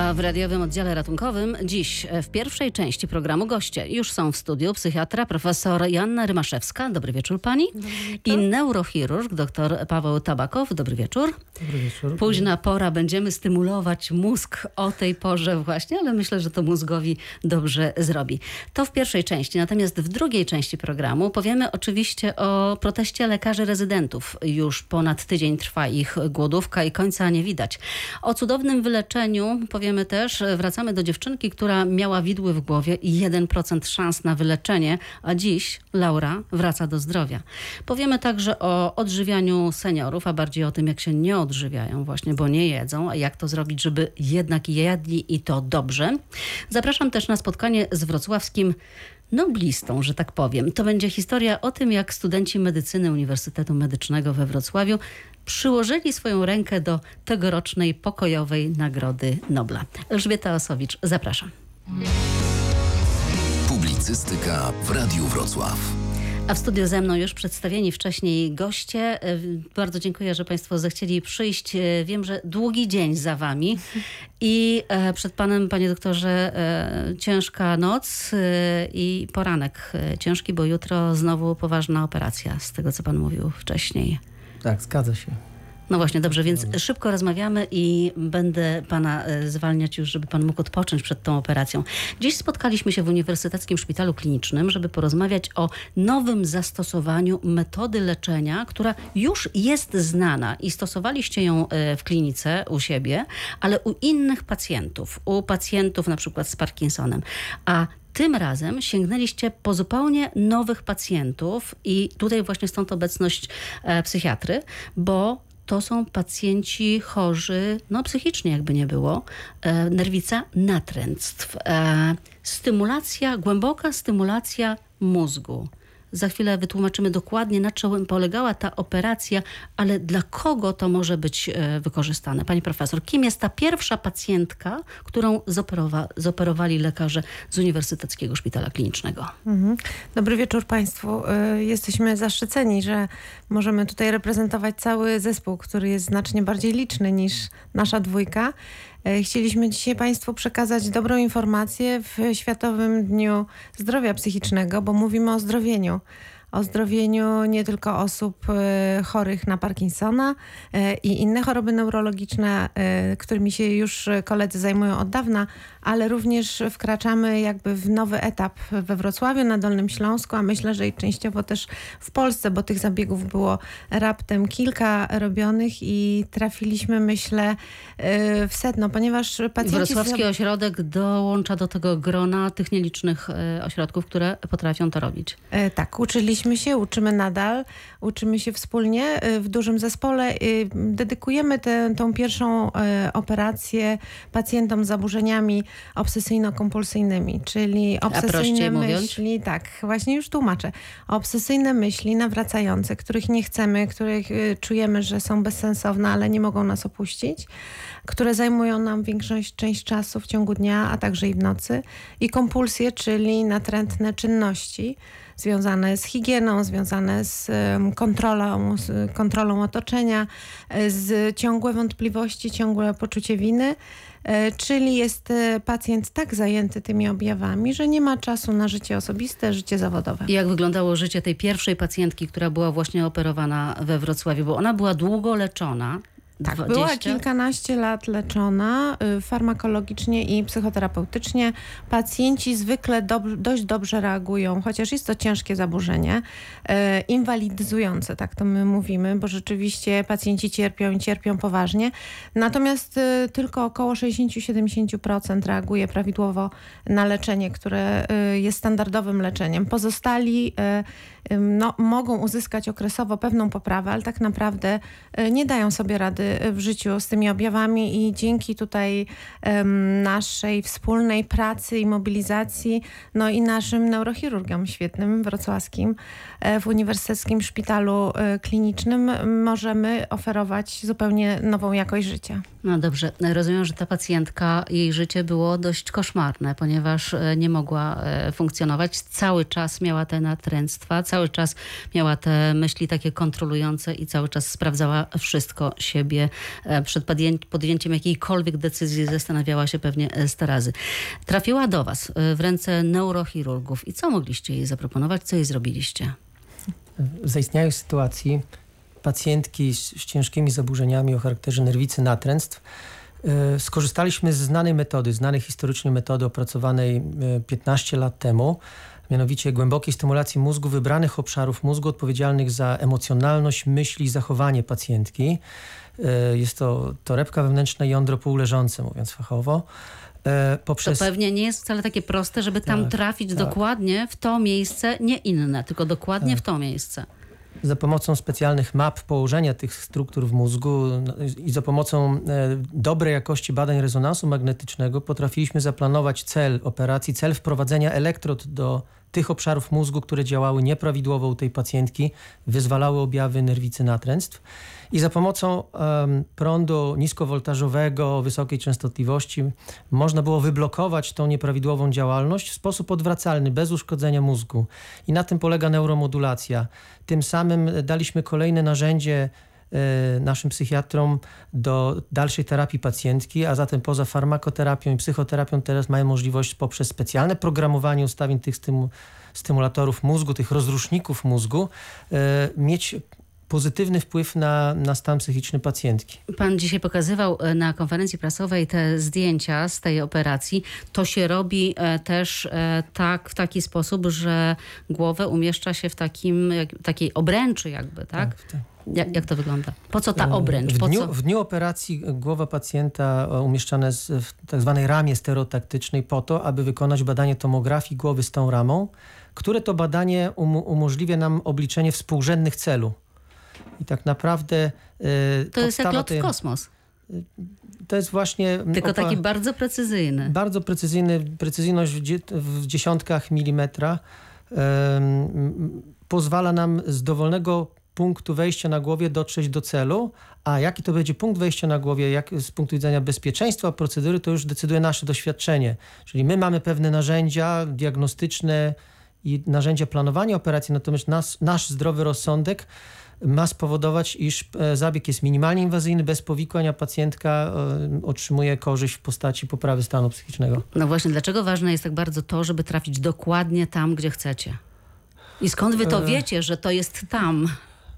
A w radiowym oddziale ratunkowym dziś w pierwszej części programu goście już są w studiu psychiatra profesor Joanna Rymaszewska. Dobry wieczór pani. Dobry wieczór. I neurochirurg dr Paweł Tabakow. Dobry wieczór. Dobry wieczór. Późna pora, będziemy stymulować mózg o tej porze właśnie, ale myślę, że to mózgowi dobrze zrobi. To w pierwszej części. Natomiast w drugiej części programu powiemy oczywiście o proteście lekarzy rezydentów. Już ponad tydzień trwa ich głodówka i końca nie widać. O cudownym wyleczeniu powiemy też. Wracamy do dziewczynki, która miała widły w głowie i 1% szans na wyleczenie, a dziś Laura wraca do zdrowia. Powiemy także o odżywianiu seniorów, a bardziej o tym, jak się nie odżywiają właśnie, bo nie jedzą, a jak to zrobić, żeby jednak jedli i to dobrze. Zapraszam też na spotkanie z wrocławskim noblistą, że tak powiem. To będzie historia o tym, jak studenci medycyny Uniwersytetu Medycznego we Wrocławiu przyłożyli swoją rękę do tegorocznej pokojowej Nagrody Nobla. Elżbieta Osowicz, zapraszam. Publicystyka w Radiu Wrocław. A w studiu ze mną już przedstawieni wcześniej goście. Bardzo dziękuję, że Państwo zechcieli przyjść. Wiem, że długi dzień za Wami i przed Panem, Panie doktorze, ciężka noc i poranek ciężki, bo jutro znowu poważna operacja, z tego co Pan mówił wcześniej. Tak, zgadza się. No właśnie, dobrze, więc szybko rozmawiamy i będę Pana zwalniać już, żeby Pan mógł odpocząć przed tą operacją. Dziś spotkaliśmy się w Uniwersyteckim Szpitalu Klinicznym, żeby porozmawiać o nowym zastosowaniu metody leczenia, która już jest znana i stosowaliście ją w klinice u siebie, ale u innych pacjentów, u pacjentów na przykład z Parkinsonem. A tym razem sięgnęliście po zupełnie nowych pacjentów i tutaj właśnie stąd obecność psychiatry, bo to są pacjenci chorzy, no psychicznie jakby nie było, nerwica natręctw. Głęboka stymulacja mózgu. Za chwilę wytłumaczymy dokładnie, na czym polegała ta operacja, ale dla kogo to może być wykorzystane. Pani profesor, kim jest ta pierwsza pacjentka, którą zoperowali lekarze z Uniwersyteckiego Szpitala Klinicznego? Dobry wieczór Państwu. Jesteśmy zaszczyceni, że możemy tutaj reprezentować cały zespół, który jest znacznie bardziej liczny niż nasza dwójka. Chcieliśmy dzisiaj Państwu przekazać dobrą informację w Światowym Dniu Zdrowia Psychicznego, bo mówimy o zdrowieniu. O zdrowieniu nie tylko osób chorych na Parkinsona i inne choroby neurologiczne, którymi się już koledzy zajmują od dawna, ale również wkraczamy jakby w nowy etap we Wrocławiu, na Dolnym Śląsku, a myślę, że i częściowo też w Polsce, bo tych zabiegów było raptem kilka robionych i trafiliśmy, myślę, w sedno, ponieważ pacjenci... Wrocławski ośrodek dołącza do tego grona tych nielicznych ośrodków, które potrafią to robić. Tak, uczymy nadal, uczymy się wspólnie w dużym zespole. Dedykujemy tą pierwszą operację pacjentom z zaburzeniami obsesyjno-kompulsyjnymi, czyli obsesyjne myśli, tak, właśnie już tłumaczę, obsesyjne myśli nawracające, których nie chcemy, których czujemy, że są bezsensowne, ale nie mogą nas opuścić, które zajmują nam część czasu w ciągu dnia, a także i w nocy, i kompulsje, czyli natrętne czynności związane z higieną, związane z kontrolą otoczenia, z ciągłe wątpliwości, ciągłe poczucie winy, czyli jest pacjent tak zajęty tymi objawami, że nie ma czasu na życie osobiste, życie zawodowe. I jak wyglądało życie tej pierwszej pacjentki, która była właśnie operowana we Wrocławiu, bo ona była długo leczona? Tak, 20? była kilkanaście lat leczona farmakologicznie i psychoterapeutycznie. Pacjenci zwykle dość dobrze reagują, chociaż jest to ciężkie zaburzenie, inwalidyzujące, tak to my mówimy, bo rzeczywiście pacjenci cierpią poważnie. Natomiast tylko około 60-70% reaguje prawidłowo na leczenie, które jest standardowym leczeniem. Pozostali mogą uzyskać okresowo pewną poprawę, ale tak naprawdę nie dają sobie rady w życiu z tymi objawami i dzięki tutaj naszej wspólnej pracy i mobilizacji, no i naszym neurochirurgom świetnym wrocławskim w Uniwersyteckim Szpitalu Klinicznym możemy oferować zupełnie nową jakość życia. No dobrze, rozumiem, że ta pacjentka, jej życie było dość koszmarne, ponieważ nie mogła funkcjonować. Cały czas miała te natręctwa, cały czas miała te myśli takie kontrolujące i cały czas sprawdzała wszystko siebie. Przed podjęciem jakiejkolwiek decyzji zastanawiała się pewnie 100 razy. Trafiła do was w ręce neurochirurgów. I co mogliście jej zaproponować? Co jej zrobiliście? W zaistniałej sytuacji pacjentki z ciężkimi zaburzeniami o charakterze nerwicy natręctw skorzystaliśmy z znanej historycznie metody opracowanej 15 lat temu, mianowicie głębokiej stymulacji mózgu wybranych obszarów mózgu odpowiedzialnych za emocjonalność, myśli i zachowanie pacjentki. Jest to torebka wewnętrzna i jądro półleżące, mówiąc fachowo. To pewnie nie jest wcale takie proste, żeby tam trafić dokładnie w to miejsce, nie inne, tylko dokładnie w to miejsce. Za pomocą specjalnych map położenia tych struktur w mózgu i za pomocą dobrej jakości badań rezonansu magnetycznego potrafiliśmy zaplanować cel operacji, cel wprowadzenia elektrod do tych obszarów mózgu, które działały nieprawidłowo u tej pacjentki, wyzwalały objawy nerwicy natręctw. I za pomocą prądu niskowoltażowego, wysokiej częstotliwości można było wyblokować tą nieprawidłową działalność w sposób odwracalny, bez uszkodzenia mózgu. I na tym polega neuromodulacja. Tym samym daliśmy kolejne narzędzie naszym psychiatrom do dalszej terapii pacjentki, a zatem poza farmakoterapią i psychoterapią teraz mają możliwość poprzez specjalne programowanie ustawień tych stymulatorów mózgu, tych rozruszników mózgu, mieć pozytywny wpływ na stan psychiczny pacjentki. Pan dzisiaj pokazywał na konferencji prasowej te zdjęcia z tej operacji. To się robi też w taki sposób, że głowę umieszcza się w takiej obręczy jakby, tak? Jak to wygląda? Po co ta obręcz? W dniu operacji głowa pacjenta umieszczana jest w tak zwanej ramie stereotaktycznej po to, aby wykonać badanie tomografii głowy z tą ramą, które to badanie umożliwia nam obliczenie współrzędnych celu. I tak naprawdę to jest jak lot w kosmos. To jest właśnie... Tylko taki bardzo precyzyjny. Bardzo precyzyjny. Precyzyjność w dziesiątkach milimetra pozwala nam z dowolnego punktu wejścia na głowie dotrzeć do celu, a jaki to będzie punkt wejścia na głowie, jak z punktu widzenia bezpieczeństwa procedury, to już decyduje nasze doświadczenie. Czyli my mamy pewne narzędzia diagnostyczne i narzędzia planowania operacji, natomiast nasz zdrowy rozsądek ma spowodować, iż zabieg jest minimalnie inwazyjny, bez powikłań, a pacjentka otrzymuje korzyść w postaci poprawy stanu psychicznego. No właśnie, dlaczego ważne jest tak bardzo to, żeby trafić dokładnie tam, gdzie chcecie? I skąd wy to wiecie, że to jest tam?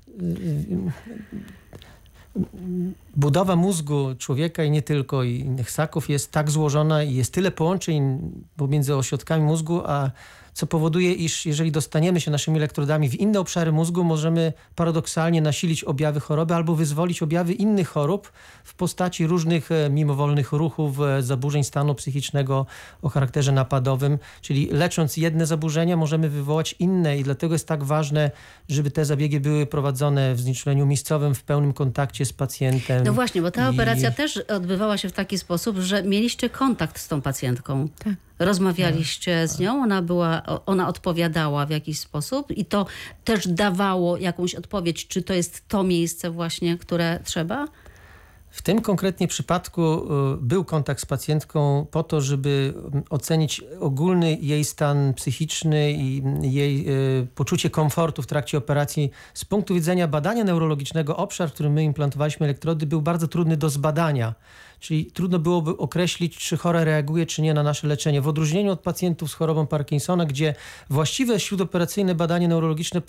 Budowa mózgu człowieka i nie tylko, i innych ssaków jest tak złożona i jest tyle połączeń pomiędzy ośrodkami mózgu, a co powoduje, iż jeżeli dostaniemy się naszymi elektrodami w inne obszary mózgu, możemy paradoksalnie nasilić objawy choroby albo wyzwolić objawy innych chorób w postaci różnych mimowolnych ruchów, zaburzeń stanu psychicznego o charakterze napadowym. Czyli lecząc jedne zaburzenia, możemy wywołać inne i dlatego jest tak ważne, żeby te zabiegi były prowadzone w znieczuleniu miejscowym, w pełnym kontakcie z pacjentem. No właśnie, bo ta operacja też odbywała się w taki sposób, że mieliście kontakt z tą pacjentką. Tak. Rozmawialiście z nią, ona odpowiadała w jakiś sposób i to też dawało jakąś odpowiedź, czy to jest to miejsce właśnie, które trzeba? W tym konkretnie przypadku był kontakt z pacjentką po to, żeby ocenić ogólny jej stan psychiczny i jej poczucie komfortu w trakcie operacji. Z punktu widzenia badania neurologicznego obszar, w którym my implantowaliśmy elektrody, był bardzo trudny do zbadania. Czyli trudno byłoby określić, czy chora reaguje, czy nie na nasze leczenie. W odróżnieniu od pacjentów z chorobą Parkinsona, gdzie właściwe śródoperacyjne badanie neurologiczne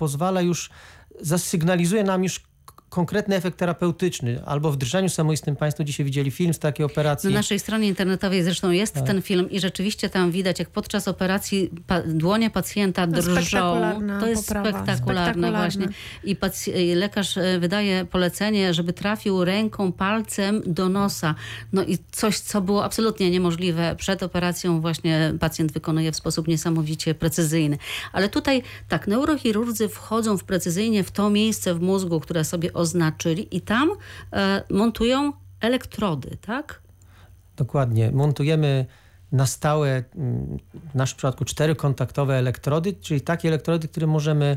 zasygnalizuje nam już konkretny efekt terapeutyczny. Albo w Drżeniu samoistnym Państwo dzisiaj widzieli film z takiej operacji. Na naszej stronie internetowej zresztą jest ten film i rzeczywiście tam widać, jak podczas operacji dłonie pacjenta drżą. To jest spektakularne właśnie. I lekarz wydaje polecenie, żeby trafił ręką, palcem do nosa. No i coś, co było absolutnie niemożliwe przed operacją, właśnie pacjent wykonuje w sposób niesamowicie precyzyjny. Ale tutaj tak, neurochirurdzy wchodzą precyzyjnie w to miejsce w mózgu, które sobie oznaczyli i tam montują elektrody, tak? Dokładnie. Montujemy na stałe, w naszym przypadku 4 kontaktowe elektrody, czyli takie elektrody, które możemy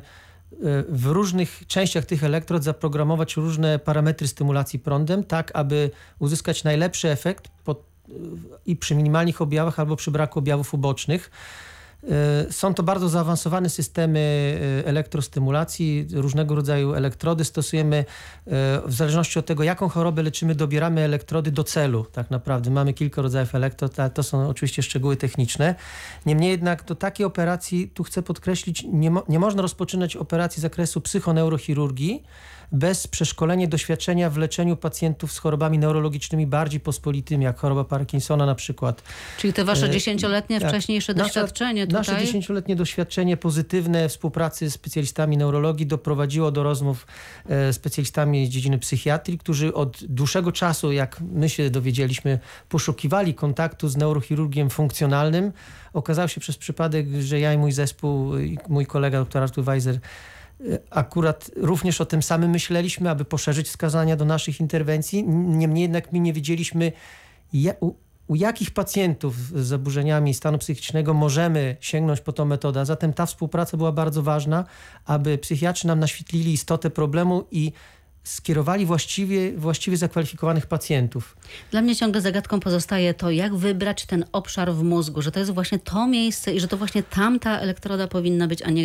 w różnych częściach tych elektrod zaprogramować różne parametry stymulacji prądem, tak aby uzyskać najlepszy efekt i przy minimalnych objawach albo przy braku objawów ubocznych. Są to bardzo zaawansowane systemy elektrostymulacji, różnego rodzaju elektrody stosujemy. W zależności od tego, jaką chorobę leczymy, dobieramy elektrody do celu. Tak naprawdę mamy kilka rodzajów elektrod, ale to są oczywiście szczegóły techniczne. Niemniej jednak do takiej operacji, tu chcę podkreślić, nie można rozpoczynać operacji z zakresu psychoneurochirurgii bez przeszkolenia, doświadczenia w leczeniu pacjentów z chorobami neurologicznymi bardziej pospolitymi, jak choroba Parkinsona na przykład. Czyli te wasze 10-letnie wcześniejsze doświadczenie tutaj? Nasze 10-letnie doświadczenie pozytywne współpracy z specjalistami neurologii doprowadziło do rozmów z specjalistami z dziedziny psychiatrii, którzy od dłuższego czasu, jak my się dowiedzieliśmy, poszukiwali kontaktu z neurochirurgiem funkcjonalnym. Okazało się przez przypadek, że ja i mój zespół, i mój kolega dr Artur Weiser, akurat również o tym samym myśleliśmy, aby poszerzyć wskazania do naszych interwencji. Niemniej jednak my nie wiedzieliśmy, u jakich pacjentów z zaburzeniami stanu psychicznego możemy sięgnąć po tą metodę. Zatem ta współpraca była bardzo ważna, aby psychiatrzy nam naświetlili istotę problemu i skierowali właściwie zakwalifikowanych pacjentów. Dla mnie ciągle zagadką pozostaje to, jak wybrać ten obszar w mózgu, że to jest właśnie to miejsce i że to właśnie tamta elektroda powinna być, a nie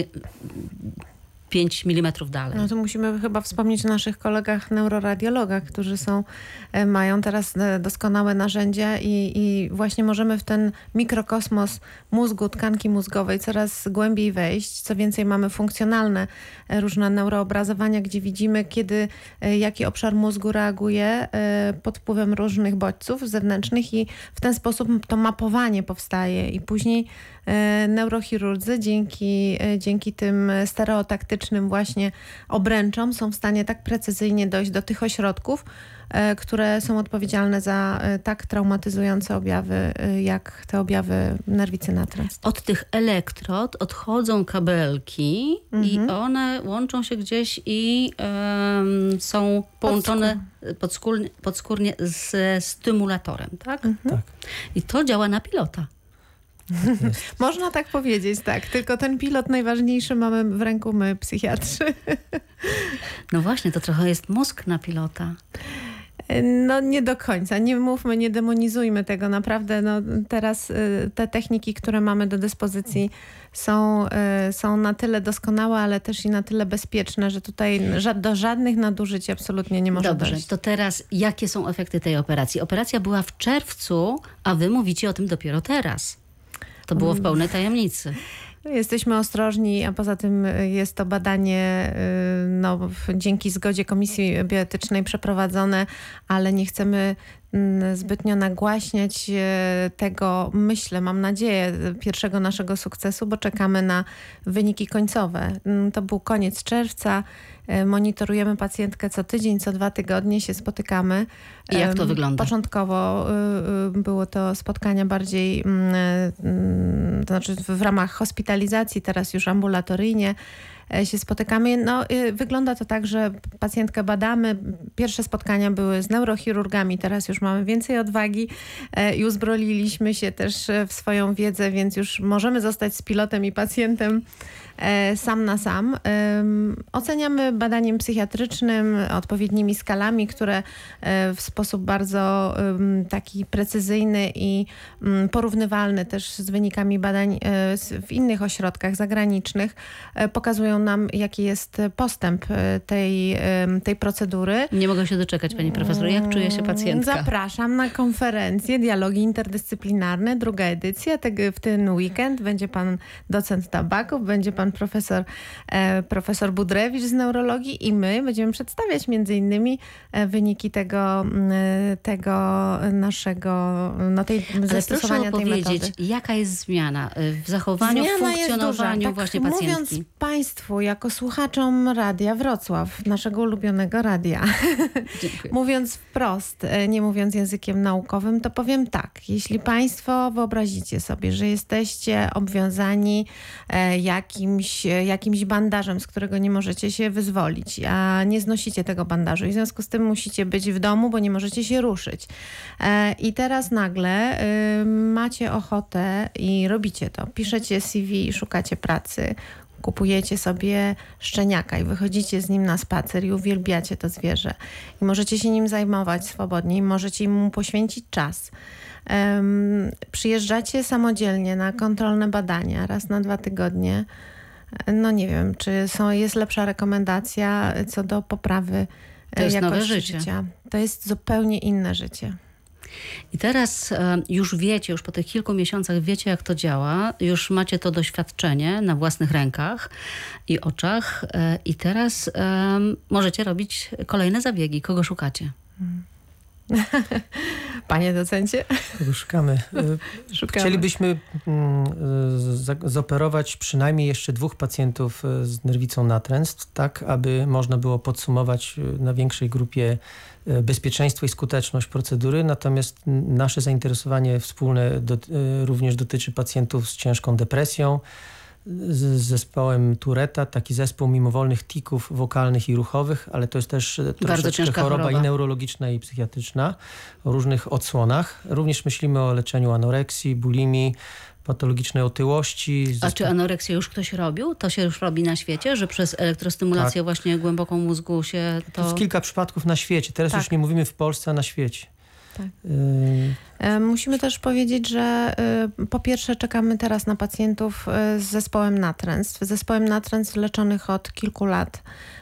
5 mm dalej. No to musimy chyba wspomnieć o naszych kolegach neuroradiologach, którzy mają teraz doskonałe narzędzia i właśnie możemy w ten mikrokosmos mózgu, tkanki mózgowej coraz głębiej wejść. Co więcej, mamy funkcjonalne różne neuroobrazowania, gdzie widzimy, jaki obszar mózgu reaguje pod wpływem różnych bodźców zewnętrznych i w ten sposób to mapowanie powstaje i później neurochirurdzy dzięki tym stereotaktycznym właśnie obręczom są w stanie tak precyzyjnie dojść do tych ośrodków, które są odpowiedzialne za tak traumatyzujące objawy, jak te objawy nerwicy natręstnej. Od tych elektrod odchodzą kabelki i one łączą się gdzieś i są połączone podskórnie ze stymulatorem, tak? Tak. I to działa na pilota. Można tak powiedzieć, tak. Tylko ten pilot najważniejszy mamy w ręku my, psychiatrzy. No właśnie, to trochę jest mózg na pilota. No nie do końca. Nie mówmy, nie demonizujmy tego. Naprawdę teraz te techniki, które mamy do dyspozycji są na tyle doskonałe, ale też i na tyle bezpieczne, że tutaj do żadnych nadużyć absolutnie nie może Dobrze, dojść. to teraz jakie są efekty tej operacji? Operacja była w czerwcu, a wy mówicie o tym dopiero teraz. To było w pełnej tajemnicy. Jesteśmy ostrożni, a poza tym jest to badanie dzięki zgodzie Komisji Bioetycznej przeprowadzone, ale nie chcemy zbytnio nagłaśniać tego, mam nadzieję, pierwszego naszego sukcesu, bo czekamy na wyniki końcowe. To był koniec czerwca. Monitorujemy pacjentkę co tydzień, co 2 tygodnie się spotykamy. I jak to wygląda? Początkowo było to spotkania bardziej, to znaczy w ramach hospitalizacji, teraz już ambulatoryjnie się spotykamy. Wygląda to tak, że pacjentkę badamy. Pierwsze spotkania były z neurochirurgami, teraz już mamy więcej odwagi i uzbroiliśmy się też w swoją wiedzę, więc już możemy zostać z pilotem i pacjentem sam na sam. Oceniamy badaniem psychiatrycznym, odpowiednimi skalami, które w sposób bardzo taki precyzyjny i porównywalny też z wynikami badań w innych ośrodkach zagranicznych pokazują nam, jaki jest postęp tej procedury. Nie mogę się doczekać, pani profesor. Jak czuje się pacjentka? Zapraszam na konferencję Dialogi Interdyscyplinarne, 2. edycja. W ten weekend będzie pan docent Tabaków, będzie pan profesor Budrewicz z neurologii i my będziemy przedstawiać między innymi wyniki tego naszego, zastosowania tej metody. Ale proszę opowiedzieć, jaka jest zmiana w zachowaniu, w funkcjonowaniu właśnie pacjentki? Mówiąc Państwu, jako słuchaczom Radia Wrocław, naszego ulubionego radia, mówiąc wprost, nie mówiąc językiem naukowym, to powiem tak. Jeśli Państwo wyobrazicie sobie, że jesteście obwiązani jakimś bandażem, z którego nie możecie się wyzwolić, a nie znosicie tego bandażu i w związku z tym musicie być w domu, bo nie możecie się ruszyć. I teraz nagle macie ochotę i robicie to. Piszecie CV i szukacie pracy. Kupujecie sobie szczeniaka i wychodzicie z nim na spacer i uwielbiacie to zwierzę. I możecie się nim zajmować swobodnie i możecie mu poświęcić czas. Przyjeżdżacie samodzielnie na kontrolne badania raz na 2 tygodnie. No nie wiem, czy jest lepsza rekomendacja co do poprawy To jest nowe jakości życie. życia. To jest zupełnie inne życie. I teraz już wiecie, już po tych kilku miesiącach wiecie, jak to działa. Już macie to doświadczenie na własnych rękach i oczach. I teraz możecie robić kolejne zabiegi. Kogo szukacie? Panie docencie? Tego szukamy. Chcielibyśmy zoperować przynajmniej jeszcze 2 pacjentów z nerwicą natręstw, tak aby można było podsumować na większej grupie bezpieczeństwo i skuteczność procedury. Natomiast nasze zainteresowanie wspólne również dotyczy pacjentów z ciężką depresją, z zespołem Touretta, taki zespół mimowolnych tików wokalnych i ruchowych, ale to jest też troszeczkę ciężka choroba i neurologiczna, i psychiatryczna, o różnych odsłonach. Również myślimy o leczeniu anoreksji, bulimii, patologicznej otyłości. A czy anoreksję już ktoś robił? To się już robi na świecie, że przez elektrostymulację właśnie głęboką mózgu się To jest kilka przypadków na świecie. Teraz już nie mówimy w Polsce, a na świecie. Tak. Musimy też powiedzieć, że po pierwsze czekamy teraz na pacjentów z zespołem natręstw leczonych od kilku lat,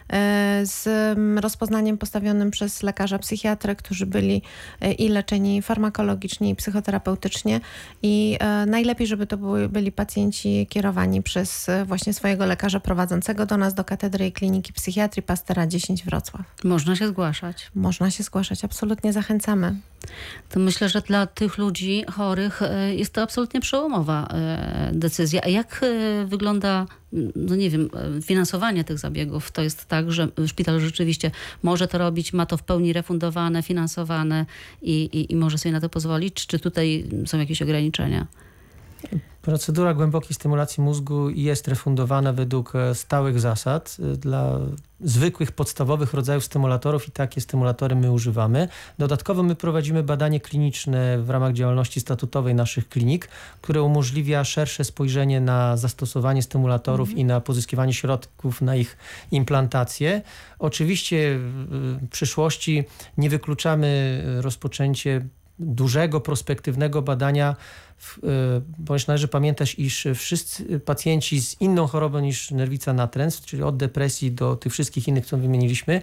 z rozpoznaniem postawionym przez lekarza psychiatrę, którzy byli i leczeni farmakologicznie i psychoterapeutycznie i najlepiej, żeby to byli pacjenci kierowani przez właśnie swojego lekarza prowadzącego do nas do Katedry i Kliniki Psychiatrii Pastera 10 Wrocław. można się zgłaszać. Można się zgłaszać, absolutnie zachęcamy. To myślę, że dla tych ludzi chorych jest to absolutnie przełomowa decyzja. A jak wygląda, no nie wiem, finansowanie tych zabiegów? To jest tak, że szpital rzeczywiście może to robić, ma to w pełni refundowane, finansowane i może sobie na to pozwolić? Czy tutaj są jakieś ograniczenia? Procedura głębokiej stymulacji mózgu jest refundowana według stałych zasad. Dla zwykłych, podstawowych rodzajów stymulatorów i takie stymulatory my używamy. Dodatkowo my prowadzimy badanie kliniczne w ramach działalności statutowej naszych klinik, które umożliwia szersze spojrzenie na zastosowanie stymulatorów i na pozyskiwanie środków na ich implantację. Oczywiście w przyszłości nie wykluczamy rozpoczęcie dużego, prospektywnego badania, ponieważ należy pamiętać, iż wszyscy pacjenci z inną chorobą niż nerwica natręstw, czyli od depresji do tych wszystkich innych, co wymieniliśmy,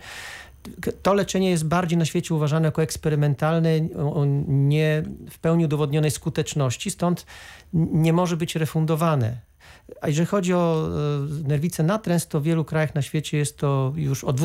to leczenie jest bardziej na świecie uważane jako eksperymentalne, o nie w pełni udowodnionej skuteczności, stąd nie może być refundowane. A jeżeli chodzi o nerwicę natręstw, to w wielu krajach na świecie jest to już od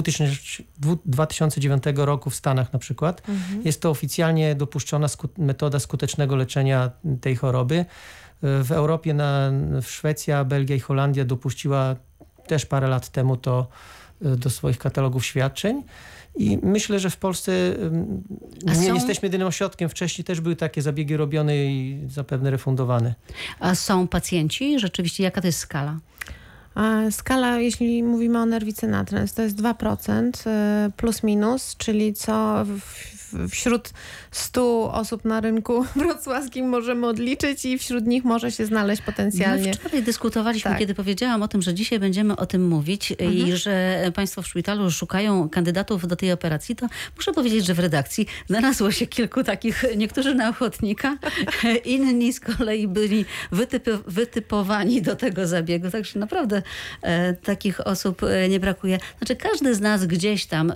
2009 roku w Stanach na przykład. Jest to oficjalnie dopuszczona metoda skutecznego leczenia tej choroby. W Europie, w Szwecja, Belgia i Holandia dopuściła też parę lat temu to do swoich katalogów świadczeń. I myślę, że w Polsce nie jesteśmy jedynym ośrodkiem. Wcześniej też były takie zabiegi robione i zapewne refundowane. A są pacjenci? Rzeczywiście, jaka to jest skala? Skala, jeśli mówimy o nerwicy natręstw, to jest 2% plus minus, czyli co wśród 100 osób na rynku wrocławskim możemy odliczyć i wśród nich może się znaleźć potencjalnie. My wczoraj dyskutowaliśmy, Tak. kiedy powiedziałam o tym, że dzisiaj będziemy o tym mówić i że państwo w szpitalu szukają kandydatów do tej operacji, to muszę powiedzieć, że w redakcji znalazło się kilku takich, niektórzy na ochotnika, inni z kolei byli wytypowani do tego zabiegu, także naprawdę takich osób nie brakuje. Znaczy każdy z nas gdzieś tam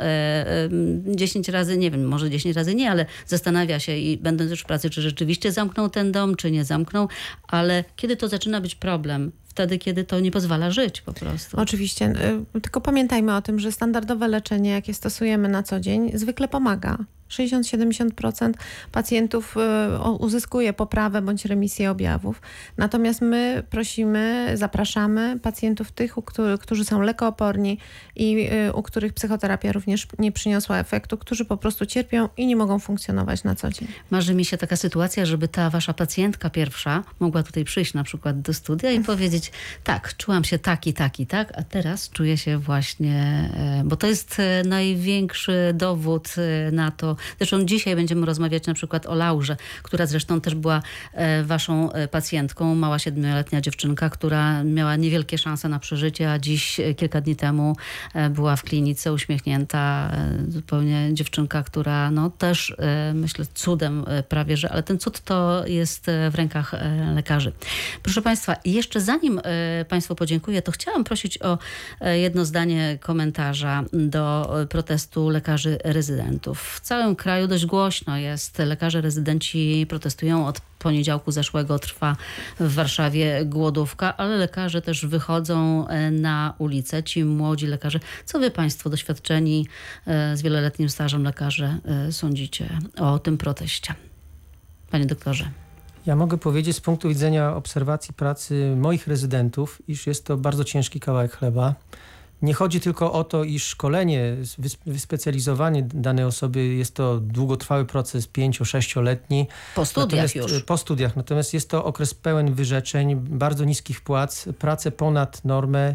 10 razy, nie wiem, może 10 razy nie, ale zastanawia się i będąc już w pracy, czy rzeczywiście zamknął ten dom, czy nie zamknął, ale kiedy to zaczyna być problem? Wtedy, kiedy to nie pozwala żyć po prostu. Oczywiście, tylko pamiętajmy o tym, że standardowe leczenie, jakie stosujemy na co dzień, zwykle pomaga. 60-70% pacjentów uzyskuje poprawę bądź remisję objawów. Natomiast my prosimy, zapraszamy pacjentów tych, którzy są lekooporni i u których psychoterapia również nie przyniosła efektu, którzy po prostu cierpią i nie mogą funkcjonować na co dzień. Marzy mi się taka sytuacja, żeby ta wasza pacjentka pierwsza mogła tutaj przyjść na przykład do studia i powiedzieć, tak, czułam się tak, a teraz czuję się właśnie, bo to jest największy dowód na to, Zresztą dzisiaj będziemy rozmawiać na przykład o Laurze, która zresztą też była waszą pacjentką, mała 7-letnia dziewczynka, która miała niewielkie szanse na przeżycie, a dziś kilka dni temu była w klinice uśmiechnięta, zupełnie dziewczynka, która no też myślę cudem prawie, że, ale ten cud to jest w rękach lekarzy. Proszę Państwa, jeszcze zanim Państwu podziękuję, to chciałam prosić o jedno zdanie komentarza do protestu lekarzy rezydentów. W całym kraju dość głośno jest. Lekarze rezydenci protestują od poniedziałku zeszłego, trwa w Warszawie głodówka, ale lekarze też wychodzą na ulicę, ci młodzi lekarze. Co wy Państwo, doświadczeni z wieloletnim stażem lekarze, sądzicie o tym proteście? Panie doktorze. Ja mogę powiedzieć z punktu widzenia obserwacji pracy moich rezydentów, iż jest to bardzo ciężki kawałek chleba. Nie chodzi tylko o to, iż szkolenie, wyspecjalizowanie danej osoby jest to długotrwały proces, 5-6-letni. Po studiach już. Po studiach. Natomiast jest to okres pełen wyrzeczeń, bardzo niskich płac, prace ponad normę,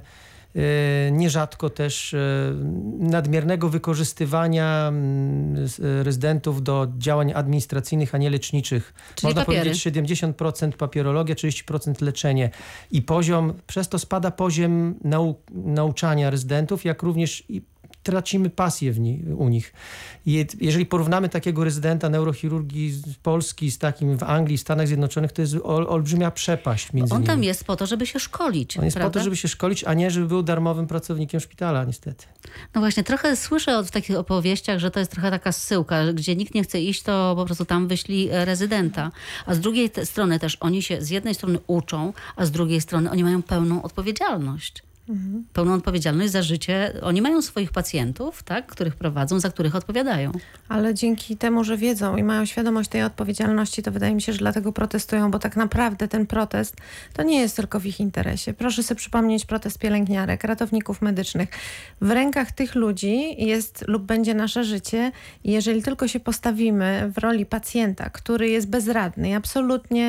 nierzadko też nadmiernego wykorzystywania rezydentów do działań administracyjnych, a nie leczniczych. Czyli można papiery. powiedzieć 70% papierologia, 30% leczenie. I przez to spada poziom nauczania rezydentów, jak również i tracimy pasję u nich. Jeżeli porównamy takiego rezydenta neurochirurgii z Polski z takim w Anglii, w Stanach Zjednoczonych, to jest olbrzymia przepaść między nimi. On tam jest po to, żeby się szkolić. On jest prawda? po to, żeby się szkolić, a nie żeby był darmowym pracownikiem szpitala, niestety. No właśnie, trochę słyszę w takich opowieściach, że to jest trochę taka zsyłka, gdzie nikt nie chce iść, to po prostu tam wyślij rezydenta. A z drugiej strony też oni się z jednej strony uczą, a z drugiej strony oni mają pełną odpowiedzialność. Pełną odpowiedzialność za życie. Oni mają swoich pacjentów, tak, których prowadzą, za których odpowiadają. Ale dzięki temu, że wiedzą i mają świadomość tej odpowiedzialności, to wydaje mi się, że dlatego protestują, bo tak naprawdę ten protest to nie jest tylko w ich interesie. Proszę sobie przypomnieć protest pielęgniarek, ratowników medycznych. W rękach tych ludzi jest lub będzie nasze życie i jeżeli tylko się postawimy w roli pacjenta, który jest bezradny i absolutnie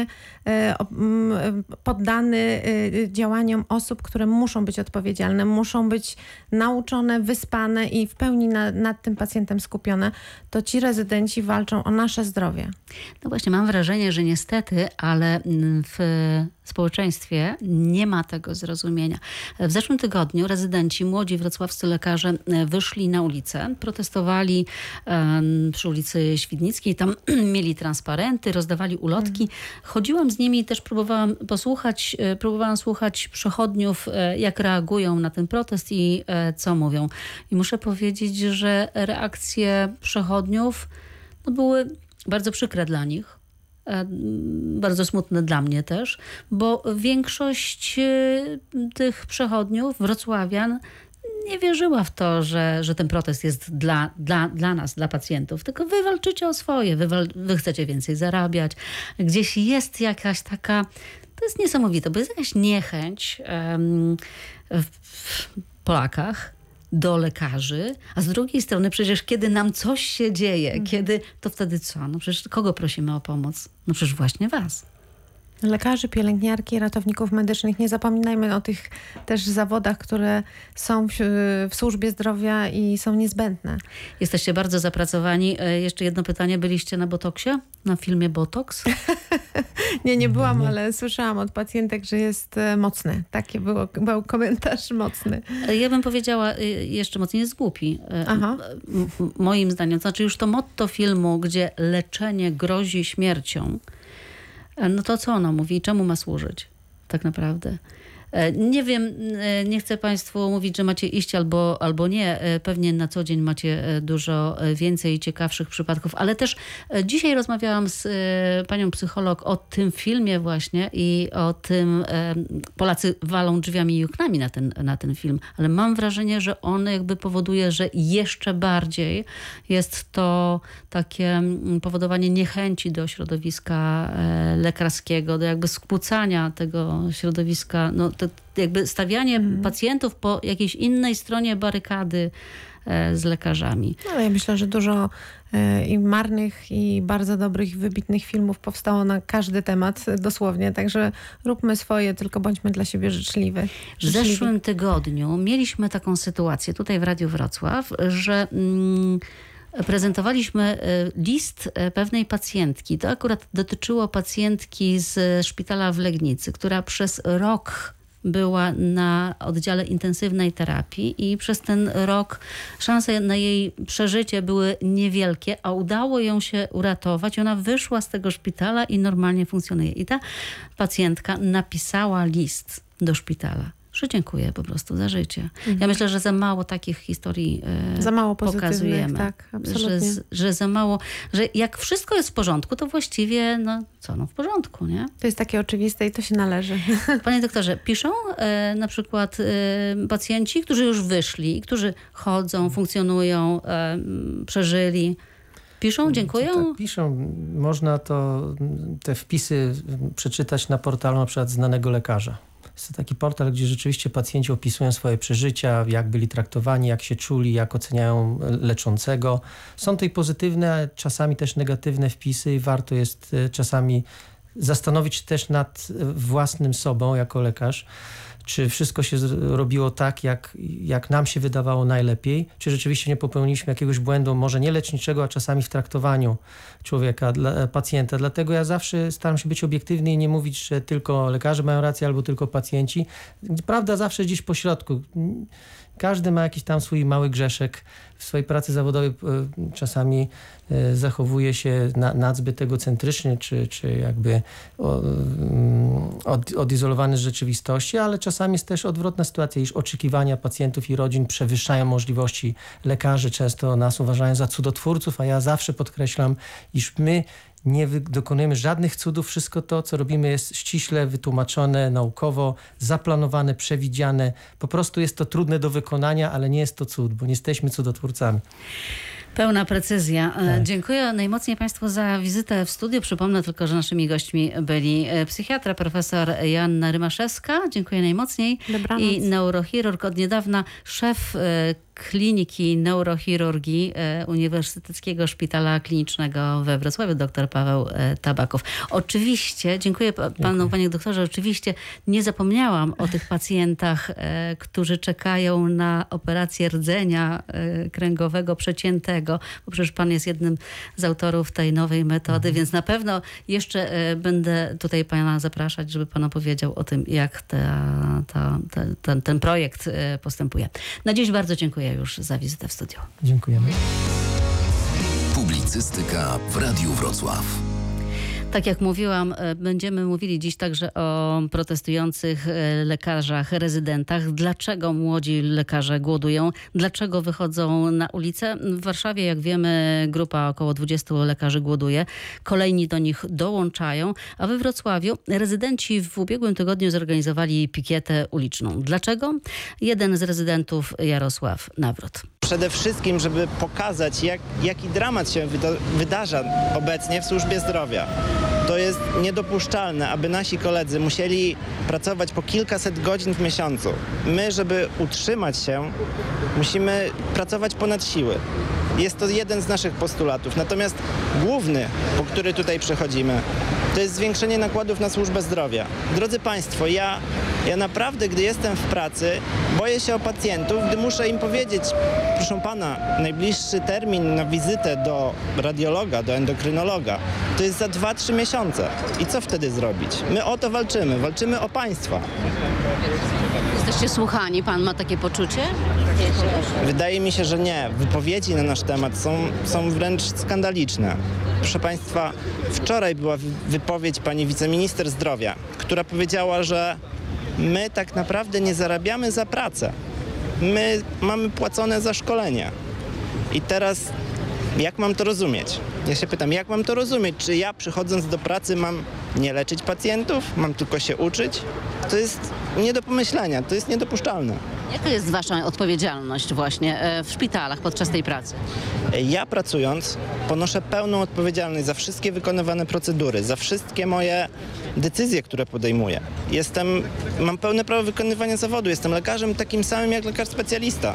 poddany działaniom osób, które muszą być odpowiedzialne, muszą być nauczone, wyspane i w pełni nad tym pacjentem skupione, to ci rezydenci walczą o nasze zdrowie. No właśnie, mam wrażenie, że niestety, ale w społeczeństwie nie ma tego zrozumienia. W zeszłym tygodniu rezydenci, młodzi wrocławscy lekarze wyszli na ulicę, protestowali przy ulicy Świdnickiej, tam mieli transparenty, rozdawali ulotki. Chodziłam z nimi i też próbowałam słuchać przechodniów, jak reagują na ten protest i co mówią. I muszę powiedzieć, że reakcje przechodniów były bardzo przykre dla nich. Bardzo smutne dla mnie też, bo większość tych przechodniów, wrocławian, nie wierzyła w to, że ten protest jest dla nas, dla pacjentów. Tylko wy walczycie o swoje, wy chcecie więcej zarabiać. Gdzieś jest jakaś taka, to jest niesamowite, bo jest jakaś niechęć w Polakach do lekarzy, a z drugiej strony przecież kiedy nam coś się dzieje, to wtedy co? No przecież kogo prosimy o pomoc? No przecież właśnie was. Lekarzy, pielęgniarki, ratowników medycznych. Nie zapominajmy o tych też zawodach, które są w służbie zdrowia i są niezbędne. Jesteście bardzo zapracowani. Jeszcze jedno pytanie. Byliście na Botoksie? Na filmie Botox? Nie byłam, ale słyszałam od pacjentek, że jest mocny. Taki był komentarz mocny. Ja bym powiedziała jeszcze mocniej, jest głupi. Aha. Moim zdaniem. To znaczy już to motto filmu, gdzie leczenie grozi śmiercią, no to co ono mówi? Czemu ma służyć tak naprawdę? Nie wiem, nie chcę Państwu mówić, że macie iść albo nie. Pewnie na co dzień macie dużo więcej ciekawszych przypadków, ale też dzisiaj rozmawiałam z panią psycholog o tym filmie właśnie i o tym, Polacy walą drzwiami i oknami na ten film, ale mam wrażenie, że on jakby powoduje, że jeszcze bardziej jest to takie powodowanie niechęci do środowiska lekarskiego, do jakby skłócania tego środowiska, no to jakby stawianie pacjentów po jakiejś innej stronie barykady z lekarzami. Ale ja myślę, że dużo i marnych, i bardzo dobrych, i wybitnych filmów powstało na każdy temat dosłownie, także róbmy swoje, tylko bądźmy dla siebie życzliwi. W zeszłym tygodniu mieliśmy taką sytuację tutaj w Radiu Wrocław, że prezentowaliśmy list pewnej pacjentki. To akurat dotyczyło pacjentki z szpitala w Legnicy, która przez rok była na oddziale intensywnej terapii i przez ten rok szanse na jej przeżycie były niewielkie, a udało ją się uratować. Ona wyszła z tego szpitala i normalnie funkcjonuje. I ta pacjentka napisała list do szpitala, że dziękuję po prostu za życie. Ja myślę, że za mało takich historii Za mało pozytywnych, pokazujemy. tak, absolutnie. Że za mało, że jak wszystko jest w porządku, to właściwie w porządku, nie? To jest takie oczywiste i to się należy. Panie doktorze, piszą na przykład pacjenci, którzy już wyszli, którzy chodzą, funkcjonują, przeżyli. Piszą, dziękują? Tak, piszą. Można te wpisy przeczytać na portalu na przykład znanego lekarza. Jest to taki portal, gdzie rzeczywiście pacjenci opisują swoje przeżycia, jak byli traktowani, jak się czuli, jak oceniają leczącego. Są tutaj pozytywne, czasami też negatywne wpisy i warto jest czasami zastanowić się też nad własnym sobą jako lekarz, czy wszystko się robiło tak, jak nam się wydawało najlepiej, czy rzeczywiście nie popełniliśmy jakiegoś błędu, może nie leczniczego, a czasami w traktowaniu człowieka, pacjenta. Dlatego ja zawsze staram się być obiektywny i nie mówić, że tylko lekarze mają rację albo tylko pacjenci. Prawda zawsze gdzieś po środku. Każdy ma jakiś tam swój mały grzeszek. W swojej pracy zawodowej czasami zachowuje się nadzbyt egocentrycznie, czy jakby odizolowany z rzeczywistości, ale czasami jest też odwrotna sytuacja, iż oczekiwania pacjentów i rodzin przewyższają możliwości lekarzy. Często nas uważają za cudotwórców, a ja zawsze podkreślam, iż my nie dokonujemy żadnych cudów. Wszystko to, co robimy, jest ściśle wytłumaczone naukowo, zaplanowane, przewidziane. Po prostu jest to trudne do wykonania, ale nie jest to cud, bo nie jesteśmy cudotwórcami. Pełna precyzja. Dziękuję najmocniej Państwu za wizytę w studiu. Przypomnę tylko, że naszymi gośćmi byli psychiatra, profesor Joanna Rymaszewska. Dziękuję najmocniej. Dobranoc. I neurochirurg, od niedawna szef Kliniki Neurochirurgii Uniwersyteckiego Szpitala Klinicznego we Wrocławiu, dr Paweł Tabakow. Oczywiście, dziękuję panu, panie doktorze, oczywiście nie zapomniałam o tych pacjentach, którzy czekają na operację rdzenia kręgowego przeciętego, bo przecież pan jest jednym z autorów tej nowej metody, więc na pewno jeszcze będę tutaj pana zapraszać, żeby pan opowiedział o tym, jak ten projekt postępuje. Na dziś bardzo dziękuję już za wizytę w studiu. Dziękujemy. Publicystyka w Radiu Wrocław. Tak jak mówiłam, będziemy mówili dziś także o protestujących lekarzach, rezydentach. Dlaczego młodzi lekarze głodują? Dlaczego wychodzą na ulicę? W Warszawie, jak wiemy, grupa około 20 lekarzy głoduje. Kolejni do nich dołączają. A we Wrocławiu rezydenci w ubiegłym tygodniu zorganizowali pikietę uliczną. Dlaczego? Jeden z rezydentów, Jarosław Nawrot. Przede wszystkim, żeby pokazać, jaki dramat się wydarza obecnie w służbie zdrowia. To jest niedopuszczalne, aby nasi koledzy musieli pracować po kilkaset godzin w miesiącu. My, żeby utrzymać się, musimy pracować ponad siły. Jest to jeden z naszych postulatów. Natomiast główny, po który tutaj przechodzimy, to jest zwiększenie nakładów na służbę zdrowia. Drodzy Państwo, ja naprawdę, gdy jestem w pracy, boję się o pacjentów, gdy muszę im powiedzieć, proszę Pana, najbliższy termin na wizytę do radiologa, do endokrynologa, to jest za 2-3 miesiące. I co wtedy zrobić? My o to walczymy o Państwa. Jesteście słuchani? Pan ma takie poczucie? Wydaje mi się, że nie. Wypowiedzi na nasz temat są wręcz skandaliczne. Proszę Państwa, wczoraj była wypowiedź pani wiceminister zdrowia, która powiedziała, że my tak naprawdę nie zarabiamy za pracę. My mamy płacone za szkolenia. I teraz jak mam to rozumieć? Ja się pytam, jak mam to rozumieć? Czy ja przychodząc do pracy mam nie leczyć pacjentów? Mam tylko się uczyć? To jest nie do pomyślenia, to jest niedopuszczalne. Jaka jest wasza odpowiedzialność właśnie w szpitalach podczas tej pracy? Ja pracując ponoszę pełną odpowiedzialność za wszystkie wykonywane procedury, za wszystkie moje decyzje, które podejmuję. Mam pełne prawo wykonywania zawodu, jestem lekarzem takim samym jak lekarz specjalista.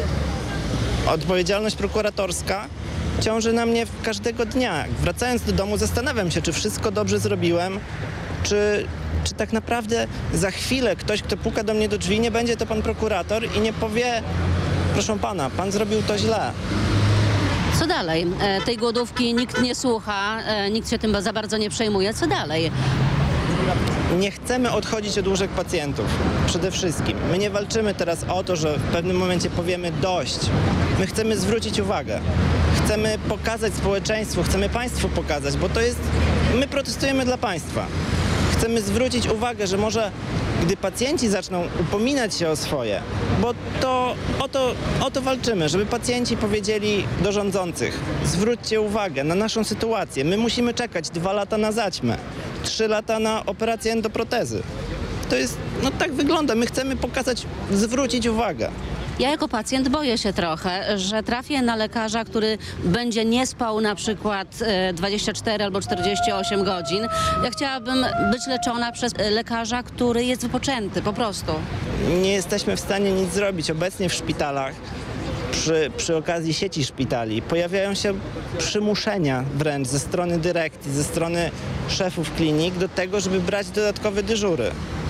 Odpowiedzialność prokuratorska ciąży na mnie każdego dnia. Wracając do domu zastanawiam się, czy wszystko dobrze zrobiłem, czy tak naprawdę za chwilę ktoś, kto puka do mnie do drzwi, nie będzie to pan prokurator i nie powie, proszę pana, pan zrobił to źle. Co dalej? Tej głodówki nikt nie słucha, nikt się tym za bardzo nie przejmuje. Co dalej? Nie chcemy odchodzić od łóżek pacjentów. Przede wszystkim. My nie walczymy teraz o to, że w pewnym momencie powiemy dość. My chcemy zwrócić uwagę. Chcemy pokazać społeczeństwu, chcemy państwu pokazać, bo to jest... My protestujemy dla państwa. Chcemy zwrócić uwagę, że może gdy pacjenci zaczną upominać się o swoje, bo to o to walczymy, żeby pacjenci powiedzieli do rządzących: zwróćcie uwagę na naszą sytuację. My musimy czekać 2 lata na zaćmę, 3 lata na operację endoprotezy. To jest, tak wygląda. My chcemy pokazać, zwrócić uwagę. Ja jako pacjent boję się trochę, że trafię na lekarza, który będzie nie spał na przykład 24 albo 48 godzin. Ja chciałabym być leczona przez lekarza, który jest wypoczęty po prostu. Nie jesteśmy w stanie nic zrobić. Obecnie w szpitalach, przy okazji sieci szpitali, pojawiają się przymuszenia wręcz ze strony dyrekcji, ze strony szefów klinik do tego, żeby brać dodatkowe dyżury.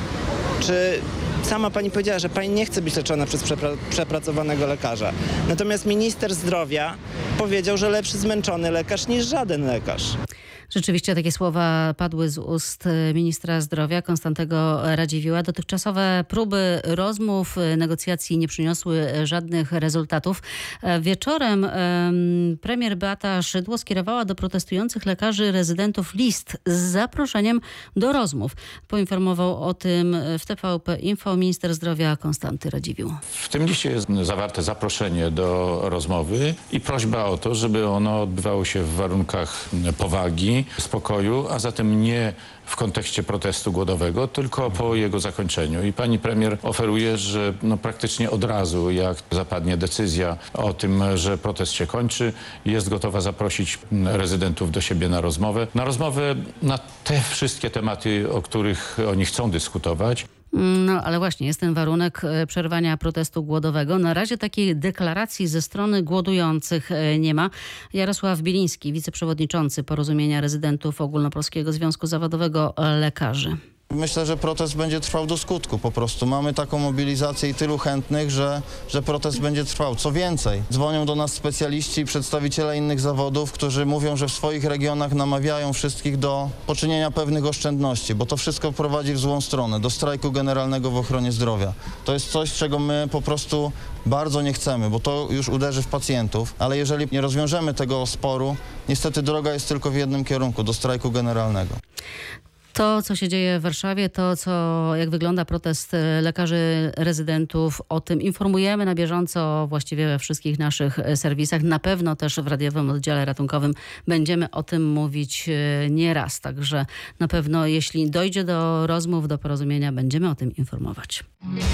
Czy sama pani powiedziała, że pani nie chce być leczona przez przepracowanego lekarza. Natomiast minister zdrowia powiedział, że lepszy zmęczony lekarz niż żaden lekarz. Rzeczywiście takie słowa padły z ust ministra zdrowia Konstantego Radziwiłła. Dotychczasowe próby rozmów, negocjacji nie przyniosły żadnych rezultatów. Wieczorem premier Beata Szydło skierowała do protestujących lekarzy rezydentów list z zaproszeniem do rozmów. Poinformował o tym w TVP Info minister zdrowia Konstanty Radziwiłł. W tym liście jest zawarte zaproszenie do rozmowy i prośba o to, żeby ono odbywało się w warunkach powagi, spokoju, a zatem nie w kontekście protestu głodowego, tylko po jego zakończeniu. I pani premier oferuje, że praktycznie od razu, jak zapadnie decyzja o tym, że protest się kończy, jest gotowa zaprosić rezydentów do siebie na rozmowę. Na te wszystkie tematy, o których oni chcą dyskutować. Ale właśnie jest ten warunek przerwania protestu głodowego. Na razie takiej deklaracji ze strony głodujących nie ma. Jarosław Biliński, wiceprzewodniczący Porozumienia Rezydentów Ogólnopolskiego Związku Zawodowego Lekarzy. Myślę, że protest będzie trwał do skutku po prostu. Mamy taką mobilizację i tylu chętnych, że protest będzie trwał. Co więcej, dzwonią do nas specjaliści i przedstawiciele innych zawodów, którzy mówią, że w swoich regionach namawiają wszystkich do poczynienia pewnych oszczędności, bo to wszystko prowadzi w złą stronę, do strajku generalnego w ochronie zdrowia. To jest coś, czego my po prostu bardzo nie chcemy, bo to już uderzy w pacjentów, ale jeżeli nie rozwiążemy tego sporu, niestety droga jest tylko w jednym kierunku, do strajku generalnego. To, co się dzieje w Warszawie, jak wygląda protest lekarzy rezydentów, o tym informujemy na bieżąco właściwie we wszystkich naszych serwisach. Na pewno też w radiowym oddziale ratunkowym będziemy o tym mówić nieraz. Także na pewno, jeśli dojdzie do rozmów, do porozumienia, będziemy o tym informować.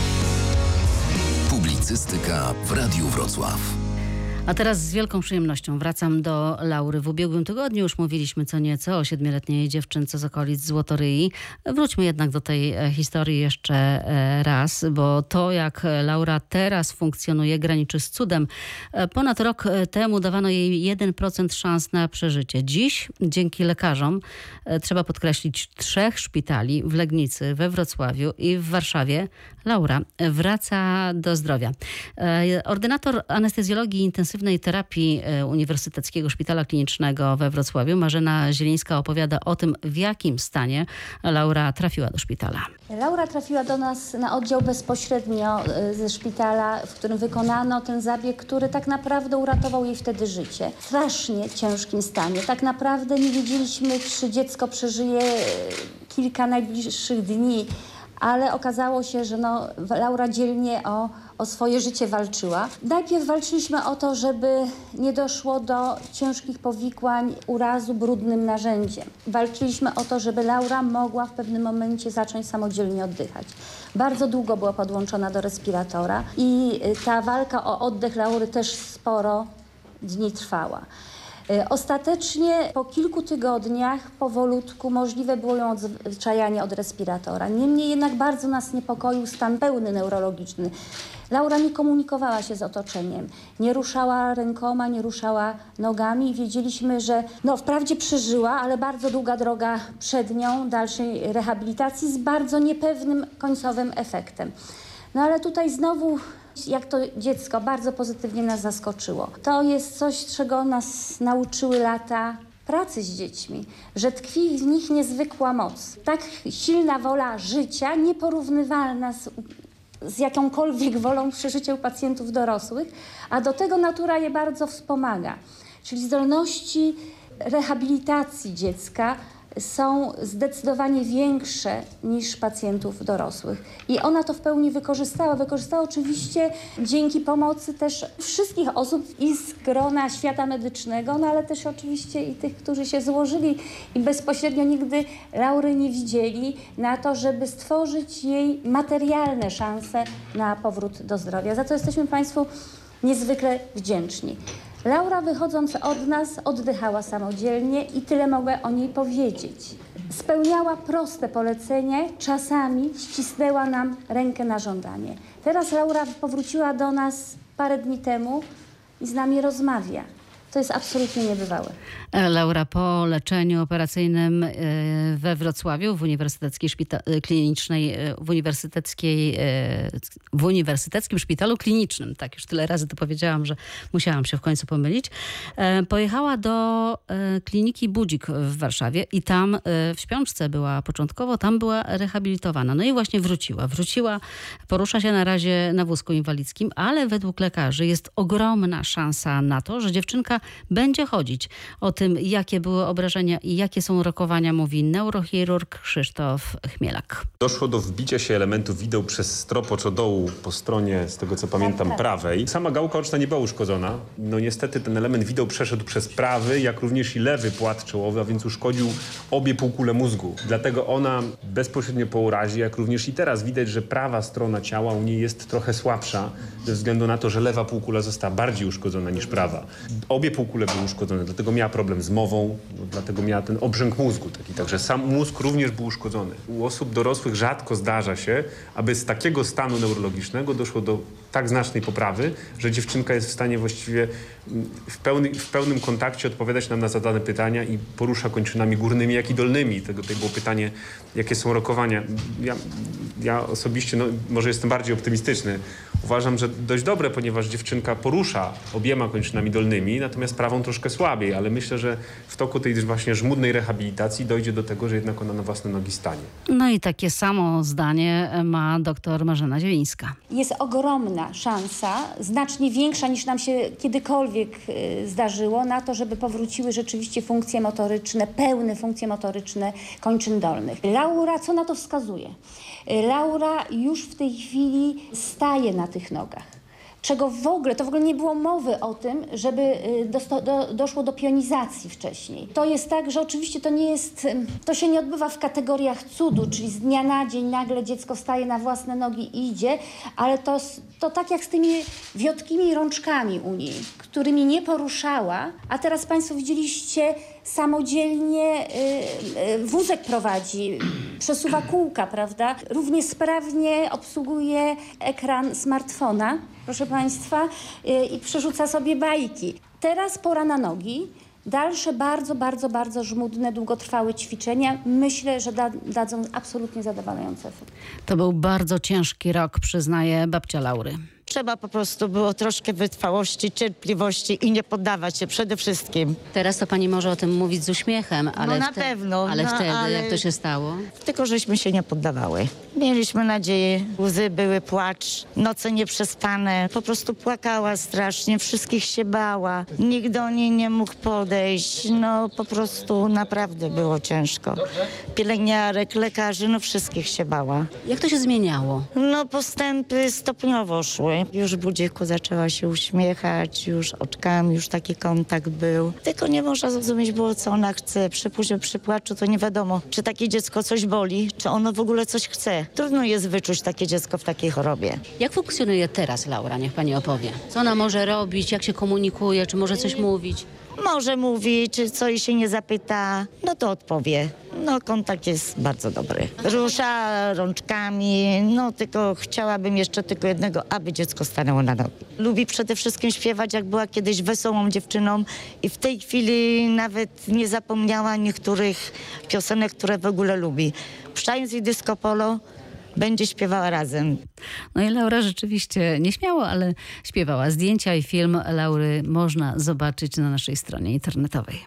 Publicystyka w Radiu Wrocław. A teraz z wielką przyjemnością wracam do Laury. W ubiegłym tygodniu już mówiliśmy co nieco o 7-letniej dziewczynce z okolic Złotoryi. Wróćmy jednak do tej historii jeszcze raz, bo to, jak Laura teraz funkcjonuje, graniczy z cudem. Ponad rok temu dawano jej 1% szans na przeżycie. Dziś, dzięki lekarzom, trzeba podkreślić, 3 szpitali w Legnicy, we Wrocławiu i w Warszawie, Laura wraca do zdrowia. Ordynator anestezjologii i intensywnej terapii Uniwersyteckiego Szpitala Klinicznego we Wrocławiu, Marzena Zielińska, opowiada o tym, w jakim stanie Laura trafiła do szpitala. Laura trafiła do nas na oddział bezpośrednio ze szpitala, w którym wykonano ten zabieg, który tak naprawdę uratował jej wtedy życie. W strasznie ciężkim stanie. Tak naprawdę nie wiedzieliśmy, czy dziecko przeżyje kilka najbliższych dni, ale okazało się, że Laura dzielnie o swoje życie walczyła. Najpierw walczyliśmy o to, żeby nie doszło do ciężkich powikłań, urazu brudnym narzędziem. Walczyliśmy o to, żeby Laura mogła w pewnym momencie zacząć samodzielnie oddychać. Bardzo długo była podłączona do respiratora i ta walka o oddech Laury też sporo dni trwała. Ostatecznie po kilku tygodniach powolutku możliwe było ją odzwyczajanie od respiratora. Niemniej jednak bardzo nas niepokoił stan pełny neurologiczny. Laura nie komunikowała się z otoczeniem, nie ruszała rękoma, nie ruszała nogami i wiedzieliśmy, że wprawdzie przeżyła, ale bardzo długa droga przed nią dalszej rehabilitacji z bardzo niepewnym końcowym efektem. Ale tutaj znowu Jak to dziecko bardzo pozytywnie nas zaskoczyło. To jest coś, czego nas nauczyły lata pracy z dziećmi, że tkwi w nich niezwykła moc. Tak silna wola życia, nieporównywalna z jakąkolwiek wolą przy życiu pacjentów dorosłych, a do tego natura je bardzo wspomaga. Czyli zdolności rehabilitacji dziecka są zdecydowanie większe niż pacjentów dorosłych. I ona to w pełni wykorzystała. Wykorzystała oczywiście dzięki pomocy też wszystkich osób i z grona świata medycznego, no ale też oczywiście i tych, którzy się złożyli i bezpośrednio nigdy Laury nie widzieli na to, żeby stworzyć jej materialne szanse na powrót do zdrowia. Za co jesteśmy Państwu niezwykle wdzięczni. Laura, wychodząc od nas, oddychała samodzielnie i tyle mogę o niej powiedzieć. Spełniała proste polecenie, czasami ścisnęła nam rękę na żądanie. Teraz Laura powróciła do nas parę dni temu i z nami rozmawia. To jest absolutnie niebywałe. Laura po leczeniu operacyjnym we Wrocławiu w Uniwersyteckiej Klinicznej, w Uniwersyteckim Szpitalu Klinicznym. Tak, już tyle razy to powiedziałam, że musiałam się w końcu pomylić. Pojechała do kliniki Budzik w Warszawie i tam w śpiączce była początkowo, tam była rehabilitowana. No i właśnie wróciła, porusza się na razie na wózku inwalidzkim, ale według lekarzy jest ogromna szansa na to, że dziewczynka będzie chodzić. O tym, jakie były obrażenia i jakie są rokowania, mówi neurochirurg Krzysztof Chmielak. Doszło do wbicia się elementów wideł przez strop oczodołu po stronie, z tego co pamiętam, prawej. Sama gałka oczna nie była uszkodzona. No niestety ten element wideł przeszedł przez prawy, jak również i lewy płat czołowy, a więc uszkodził obie półkule mózgu. Dlatego ona bezpośrednio po urazie, jak również i teraz widać, że prawa strona ciała u niej jest trochę słabsza, ze względu na to, że lewa półkula została bardziej uszkodzona niż prawa. Obie półkule były uszkodzone, dlatego miała problem z mową, dlatego miała ten obrzęk mózgu taki. Także sam mózg również był uszkodzony. U osób dorosłych rzadko zdarza się, aby z takiego stanu neurologicznego doszło do tak znacznej poprawy, że dziewczynka jest w stanie właściwie w pełnym kontakcie odpowiadać nam na zadane pytania i porusza kończynami górnymi, jak i dolnymi. Tutaj było pytanie, jakie są rokowania. Ja osobiście, no, może jestem bardziej optymistyczny. Uważam, że dość dobre, ponieważ dziewczynka porusza obiema kończynami dolnymi, natomiast prawą troszkę słabiej, ale myślę, że w toku tej właśnie żmudnej rehabilitacji dojdzie do tego, że jednak ona na własne nogi stanie. No i takie samo zdanie ma dr Marzena Zielińska. Jest ogromna szansa, znacznie większa niż nam się kiedykolwiek zdarzyło, na to, żeby powróciły rzeczywiście funkcje motoryczne, pełne funkcje motoryczne kończyn dolnych. Laura, co na to wskazuje? Laura już w tej chwili staje na tych nogach. To w ogóle nie było mowy o tym, żeby doszło do pionizacji wcześniej. To jest tak, że oczywiście to się nie odbywa w kategoriach cudu, czyli z dnia na dzień nagle dziecko staje na własne nogi i idzie, ale to tak jak z tymi wiotkimi rączkami u niej, którymi nie poruszała, a teraz Państwo widzieliście, samodzielnie wózek prowadzi, przesuwa kółka, prawda? Równie sprawnie obsługuje ekran smartfona, proszę Państwa, i przerzuca sobie bajki. Teraz pora na nogi. Dalsze bardzo żmudne, długotrwałe ćwiczenia myślę, że dadzą absolutnie zadowalający efekt. To był bardzo ciężki rok, przyznaje babcia Laury. Trzeba po prostu było troszkę wytrwałości, cierpliwości i nie poddawać się przede wszystkim. Teraz to pani może o tym mówić z uśmiechem, ale No na pewno. Ale no, wtedy, ale... jak to się stało? Tylko żeśmy się nie poddawały. Mieliśmy nadzieję, łzy były, płacz, noce nieprzespane. Po prostu płakała strasznie, wszystkich się bała. Nikt do niej nie mógł podejść. No po prostu naprawdę było ciężko. Pielęgniarek, lekarzy, no wszystkich się bała. Jak to się zmieniało? No postępy stopniowo szły. Już w budziku zaczęła się uśmiechać, już oczkami, już taki kontakt był. Tylko nie można zrozumieć było, co ona chce. Przy płaczu to nie wiadomo, czy takie dziecko coś boli, czy ono w ogóle coś chce. Trudno jest wyczuć takie dziecko w takiej chorobie. Jak funkcjonuje teraz Laura? Niech pani opowie. Co ona może robić, jak się komunikuje, czy może coś mówić? Może mówi, czy co jej się nie zapyta, no to odpowie. No kontakt jest bardzo dobry. Rusza rączkami, no tylko chciałabym jeszcze tylko jednego, aby dziecko stanęło na nogi. Lubi przede wszystkim śpiewać, jak była kiedyś wesołą dziewczyną i w tej chwili nawet nie zapomniała niektórych piosenek, które w ogóle lubi. Puszczając jej disco polo, będzie śpiewała razem. No i Laura rzeczywiście nieśmiało, ale śpiewała. Zdjęcia i film Laury można zobaczyć na naszej stronie internetowej.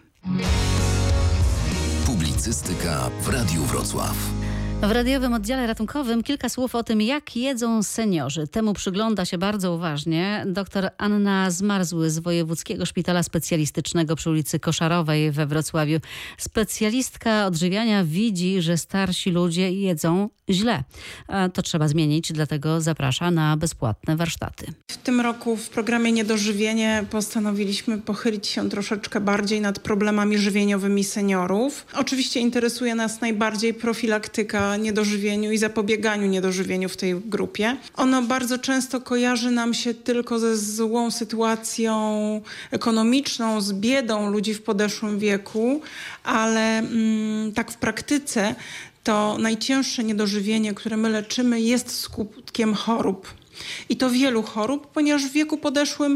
Publicystyka w Radiu Wrocław. W radiowym oddziale ratunkowym kilka słów o tym, jak jedzą seniorzy. Temu przygląda się bardzo uważnie dr Anna Zmarzły z Wojewódzkiego Szpitala Specjalistycznego przy ulicy Koszarowej we Wrocławiu. Specjalistka odżywiania widzi, że starsi ludzie jedzą źle. To trzeba zmienić, dlatego zaprasza na bezpłatne warsztaty. W tym roku w programie Niedożywienie postanowiliśmy pochylić się troszeczkę bardziej nad problemami żywieniowymi seniorów. Oczywiście interesuje nas najbardziej profilaktyka niedożywieniu i zapobieganiu niedożywieniu w tej grupie. Ono bardzo często kojarzy nam się tylko ze złą sytuacją ekonomiczną, z biedą ludzi w podeszłym wieku, ale tak w praktyce to najcięższe niedożywienie, które my leczymy, jest skutkiem chorób. I to wielu chorób, ponieważ w wieku podeszłym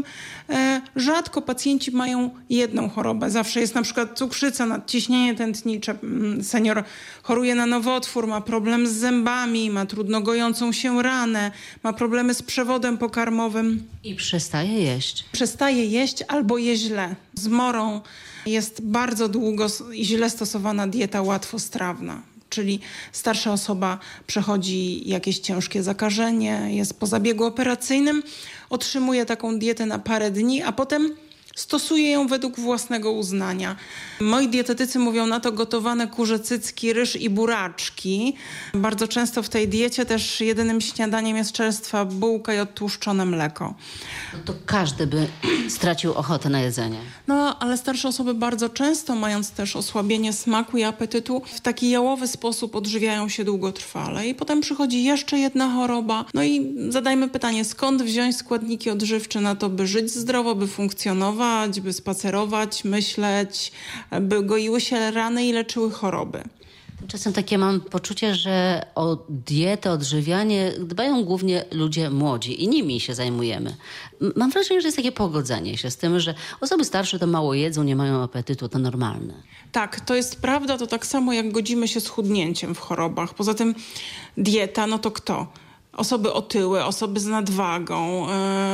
rzadko pacjenci mają jedną chorobę. Zawsze jest na przykład cukrzyca, nadciśnienie tętnicze. Senior choruje na nowotwór, ma problem z zębami, ma trudno gojącą się ranę, ma problemy z przewodem pokarmowym. I przestaje jeść. Przestaje jeść albo je źle. Z morą jest bardzo długo i źle stosowana dieta łatwostrawna. Czyli starsza osoba przechodzi jakieś ciężkie zakażenie, jest po zabiegu operacyjnym, otrzymuje taką dietę na parę dni, a potem stosuje ją według własnego uznania. Moi dietetycy mówią na to gotowane kurze cycki, ryż i buraczki. Bardzo często w tej diecie też jedynym śniadaniem jest czerstwa bułka i odtłuszczone mleko. No to każdy by stracił ochotę na jedzenie. No, ale starsze osoby bardzo często, mając też osłabienie smaku i apetytu, w taki jałowy sposób odżywiają się długotrwale. I potem przychodzi jeszcze jedna choroba. No i zadajmy pytanie, skąd wziąć składniki odżywcze na to, by żyć zdrowo, by funkcjonować, by spacerować, myśleć, by goiły się rany i leczyły choroby. Czasem takie mam poczucie, że o dietę, odżywianie dbają głównie ludzie młodzi i nimi się zajmujemy. Mam wrażenie, że jest takie pogodzenie się z tym, że osoby starsze to mało jedzą, nie mają apetytu, to normalne. Tak, to jest prawda, to tak samo jak godzimy się z chudnięciem w chorobach. Poza tym dieta, no to kto? Osoby otyłe, osoby z nadwagą,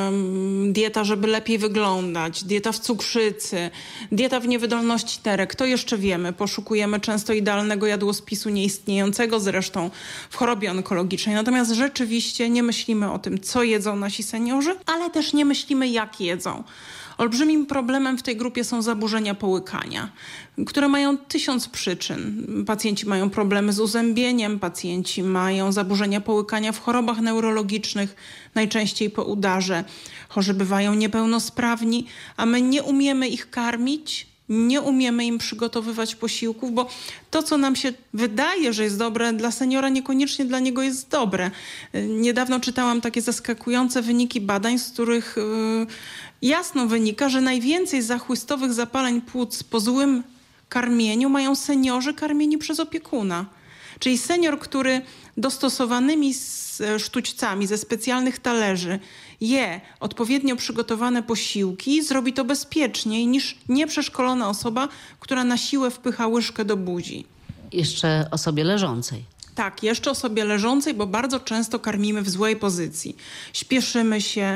dieta, żeby lepiej wyglądać, dieta w cukrzycy, dieta w niewydolności nerek. To jeszcze wiemy. Poszukujemy często idealnego jadłospisu nieistniejącego zresztą w chorobie onkologicznej. Natomiast rzeczywiście nie myślimy o tym, co jedzą nasi seniorzy, ale też nie myślimy, jak jedzą. Olbrzymim problemem w tej grupie są zaburzenia połykania, które mają 1000 przyczyn. Pacjenci mają problemy z uzębieniem, pacjenci mają zaburzenia połykania w chorobach neurologicznych, najczęściej po udarze. Chorzy bywają niepełnosprawni, a my nie umiemy ich karmić, nie umiemy im przygotowywać posiłków, bo to, co nam się wydaje, że jest dobre dla seniora, niekoniecznie dla niego jest dobre. Niedawno czytałam takie zaskakujące wyniki badań, z których jasno wynika, że najwięcej zachłystowych zapaleń płuc po złym karmieniu mają seniorzy karmieni przez opiekuna. Czyli senior, który dostosowanymi sztućcami ze specjalnych talerzy je odpowiednio przygotowane posiłki, zrobi to bezpieczniej niż nieprzeszkolona osoba, która na siłę wpycha łyżkę do buzi. Jeszcze osobie leżącej. Tak, jeszcze osobie leżącej, bo bardzo często karmimy w złej pozycji. Śpieszymy się,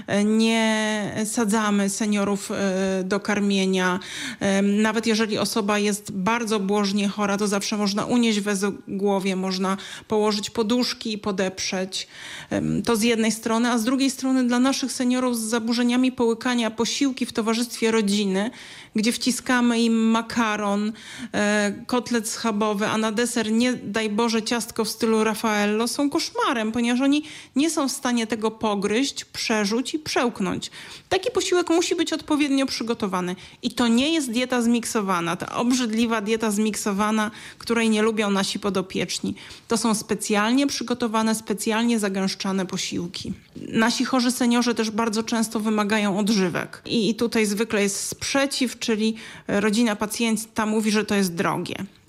nie sadzamy seniorów do karmienia. Nawet jeżeli osoba jest bardzo błożnie chora, to zawsze można unieść wezgłowie, można położyć poduszki i podeprzeć. To z jednej strony, a z drugiej strony dla naszych seniorów z zaburzeniami połykania posiłki w towarzystwie rodziny, gdzie wciskamy im makaron, kotlet schabowy, a na deser nie daj Boże ciastko w stylu Raffaello, są koszmarem, ponieważ oni nie są w stanie tego pogryźć, przerzuć i przełknąć. Taki posiłek musi być odpowiednio przygotowany. I to nie jest dieta zmiksowana, ta obrzydliwa dieta zmiksowana, której nie lubią nasi podopieczni. To są specjalnie przygotowane, specjalnie zagęszczane posiłki. Nasi chorzy seniorzy też bardzo często wymagają odżywek. I tutaj zwykle jest sprzeciw, czyli rodzina pacjenta mówi, że to jest drogie.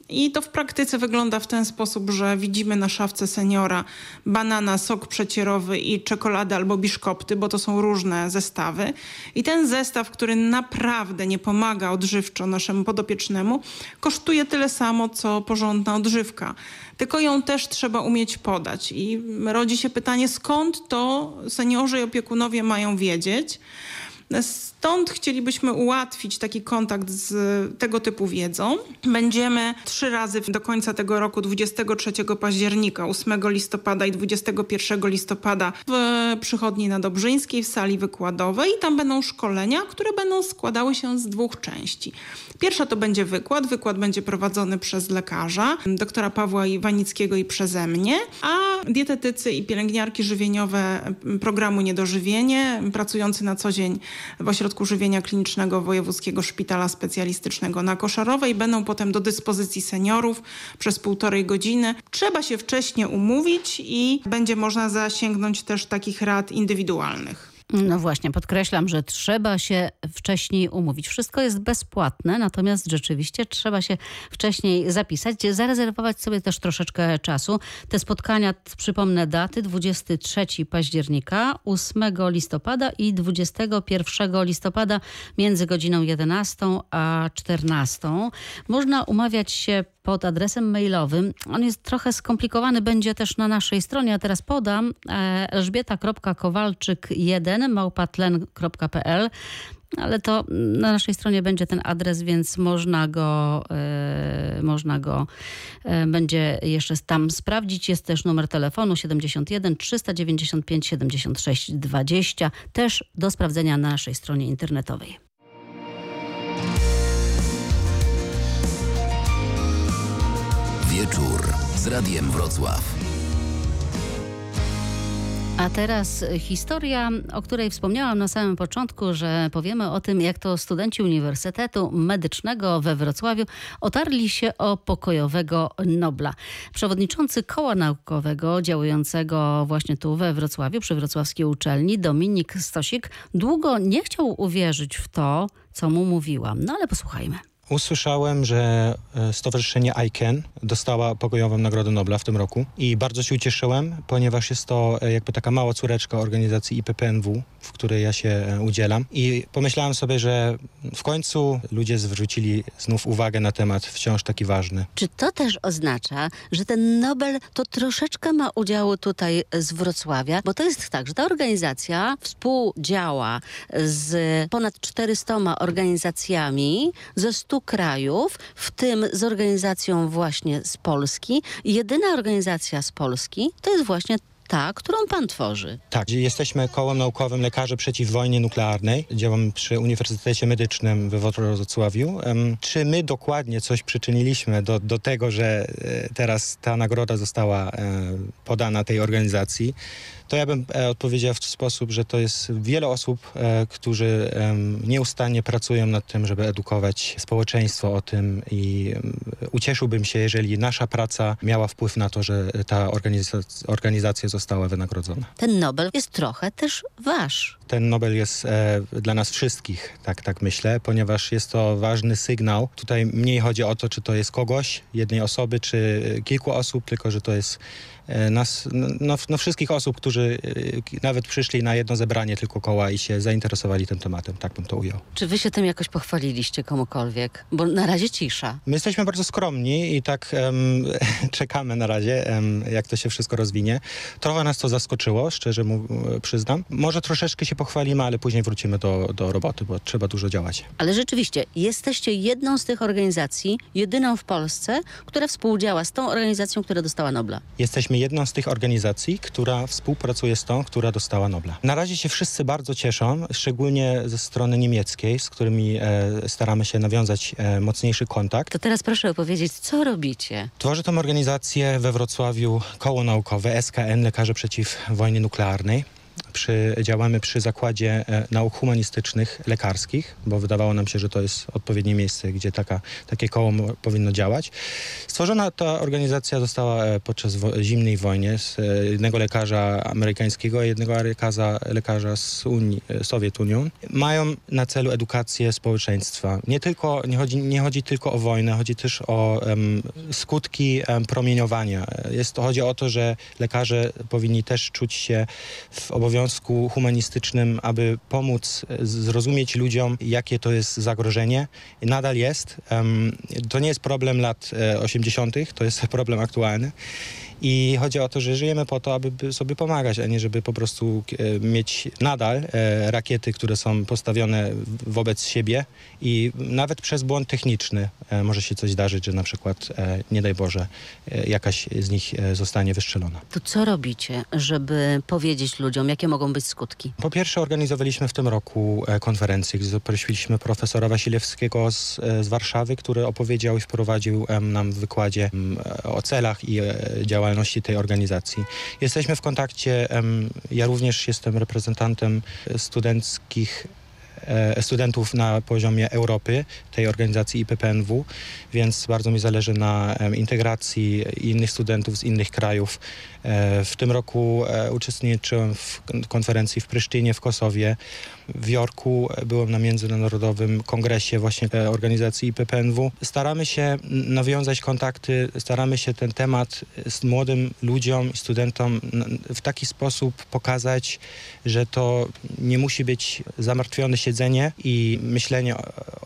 I to w praktyce wygląda w ten sposób, że widzimy na szafce seniora banana, sok przecierowy i czekoladę albo biszkopty, bo to są różne zestawy. I ten zestaw, który naprawdę nie pomaga odżywczo naszemu podopiecznemu, kosztuje tyle samo, co porządna odżywka. Tylko ją też trzeba umieć podać. I rodzi się pytanie, skąd to seniorzy i opiekunowie mają wiedzieć? Stąd chcielibyśmy ułatwić taki kontakt z tego typu wiedzą. Będziemy 3 razy do końca tego roku, 23 października, 8 listopada i 21 listopada w przychodni na Dobrzyńskiej w sali wykładowej i tam będą szkolenia, które będą składały się z 2 części. Pierwsza to będzie wykład. Wykład będzie prowadzony przez lekarza, doktora Pawła Iwanickiego i przeze mnie, a dietetycy i pielęgniarki żywieniowe programu Niedożywienie, pracujący na co dzień w Ośrodku Żywienia Klinicznego Wojewódzkiego Szpitala Specjalistycznego na Koszarowej będą potem do dyspozycji seniorów przez 1,5 godziny. Trzeba się wcześniej umówić i będzie można zasięgnąć też takich rad indywidualnych. No właśnie, podkreślam, że trzeba się wcześniej umówić. Wszystko jest bezpłatne, natomiast rzeczywiście trzeba się wcześniej zapisać, zarezerwować sobie też troszeczkę czasu. Te spotkania, przypomnę daty, 23 października, 8 listopada i 21 listopada między godziną 11 a 14. Można umawiać się pod adresem mailowym. On jest trochę skomplikowany, będzie też na naszej stronie, a teraz podam elżbieta.kowalczyk1@tlen.pl, ale to na naszej stronie będzie ten adres, więc można go będzie jeszcze tam sprawdzić. Jest też numer telefonu 71 395 76 20, też do sprawdzenia na naszej stronie internetowej. Wieczór z Radiem Wrocław. A teraz historia, o której wspomniałam na samym początku, że powiemy o tym, jak to studenci Uniwersytetu Medycznego we Wrocławiu otarli się o pokojowego Nobla. Przewodniczący koła naukowego działającego właśnie tu we Wrocławiu, przy wrocławskiej uczelni, Dominik Stosik, długo nie chciał uwierzyć w to, co mu mówiłam. No ale posłuchajmy. Usłyszałem, że Stowarzyszenie ICAN dostała pokojową Nagrodę Nobla w tym roku i bardzo się ucieszyłem, ponieważ jest to jakby taka mała córeczka organizacji IPPNW, w której ja się udzielam. I pomyślałem sobie, że w końcu ludzie zwrócili znów uwagę na temat wciąż taki ważny. Czy to też oznacza, że ten Nobel to troszeczkę ma udziału tutaj z Wrocławia? Bo to jest tak, że ta organizacja współdziała z ponad 400 organizacjami ze 100 krajów, w tym z organizacją właśnie z Polski. Jedyna organizacja z Polski to jest właśnie ta, którą pan tworzy. Tak, jesteśmy kołem naukowym Lekarze Przeciw Wojnie Nuklearnej. Działam przy Uniwersytecie Medycznym we Wrocławiu. Czy my dokładnie coś przyczyniliśmy do tego, że teraz ta nagroda została podana tej organizacji? To ja bym odpowiedział w sposób, że to jest wiele osób, którzy nieustannie pracują nad tym, żeby edukować społeczeństwo o tym i ucieszyłbym się, jeżeli nasza praca miała wpływ na to, że ta organizacja została wynagrodzona. Ten Nobel jest trochę też wasz. Ten Nobel jest dla nas wszystkich, tak myślę, ponieważ jest to ważny sygnał. Tutaj mniej chodzi o to, czy to jest kogoś, jednej osoby, czy kilku osób, tylko że to jest nas, wszystkich osób, którzy nawet przyszli na jedno zebranie tylko koła i się zainteresowali tym tematem, tak bym to ujął. Czy wy się tym jakoś pochwaliliście komukolwiek? Bo na razie cisza. My jesteśmy bardzo skromni i tak czekamy na razie, jak to się wszystko rozwinie. Trochę nas to zaskoczyło, szczerze przyznam. Może troszeczkę się pochwalimy, ale później wrócimy do roboty, bo trzeba dużo działać. Ale rzeczywiście, jesteście jedną z tych organizacji, jedyną w Polsce, która współdziała z tą organizacją, która dostała Nobla. Jesteśmy jedną z tych organizacji, która współpracuje z tą, która dostała Nobla. Na razie się wszyscy bardzo cieszą, szczególnie ze strony niemieckiej, z którymi staramy się nawiązać mocniejszy kontakt. To teraz proszę opowiedzieć, co robicie? Tworzę tę organizację we Wrocławiu koło naukowe SKN, Lekarze Przeciw Wojnie Nuklearnej. działamy przy Zakładzie Nauk Humanistycznych, Lekarskich, bo wydawało nam się, że to jest odpowiednie miejsce, gdzie takie koło powinno działać. Stworzona ta organizacja została podczas zimnej wojny z jednego lekarza amerykańskiego i jednego lekarza z Soviet Union. Mają na celu edukację społeczeństwa. Nie chodzi tylko o wojnę, chodzi też o skutki promieniowania. Chodzi o to, że lekarze powinni też czuć się w obowiązku humanistycznym, aby pomóc zrozumieć ludziom, jakie to jest zagrożenie. Nadal jest. To nie jest problem lat 80., to jest problem aktualny. I chodzi o to, że żyjemy po to, aby sobie pomagać, a nie żeby po prostu mieć nadal rakiety, które są postawione wobec siebie i nawet przez błąd techniczny może się coś zdarzyć, że na przykład, nie daj Boże, jakaś z nich zostanie wystrzelona. To co robicie, żeby powiedzieć ludziom, jakie mogą być skutki? Po pierwsze organizowaliśmy w tym roku konferencję, gdzie zaprosiliśmy profesora Wasilewskiego z Warszawy, który opowiedział i wprowadził nam w wykładzie o celach i działalności tej organizacji. Jesteśmy w kontakcie, ja również jestem reprezentantem studentów na poziomie Europy, tej organizacji IPPNW, więc bardzo mi zależy na integracji innych studentów z innych krajów. W tym roku uczestniczyłem w konferencji w Prysztynie, w Kosowie. W Jorku byłem na Międzynarodowym Kongresie właśnie organizacji IPPNW. Staramy się nawiązać kontakty, staramy się ten temat z młodym ludziom i studentom w taki sposób pokazać, że to nie musi być zamartwione siedzenie i myślenie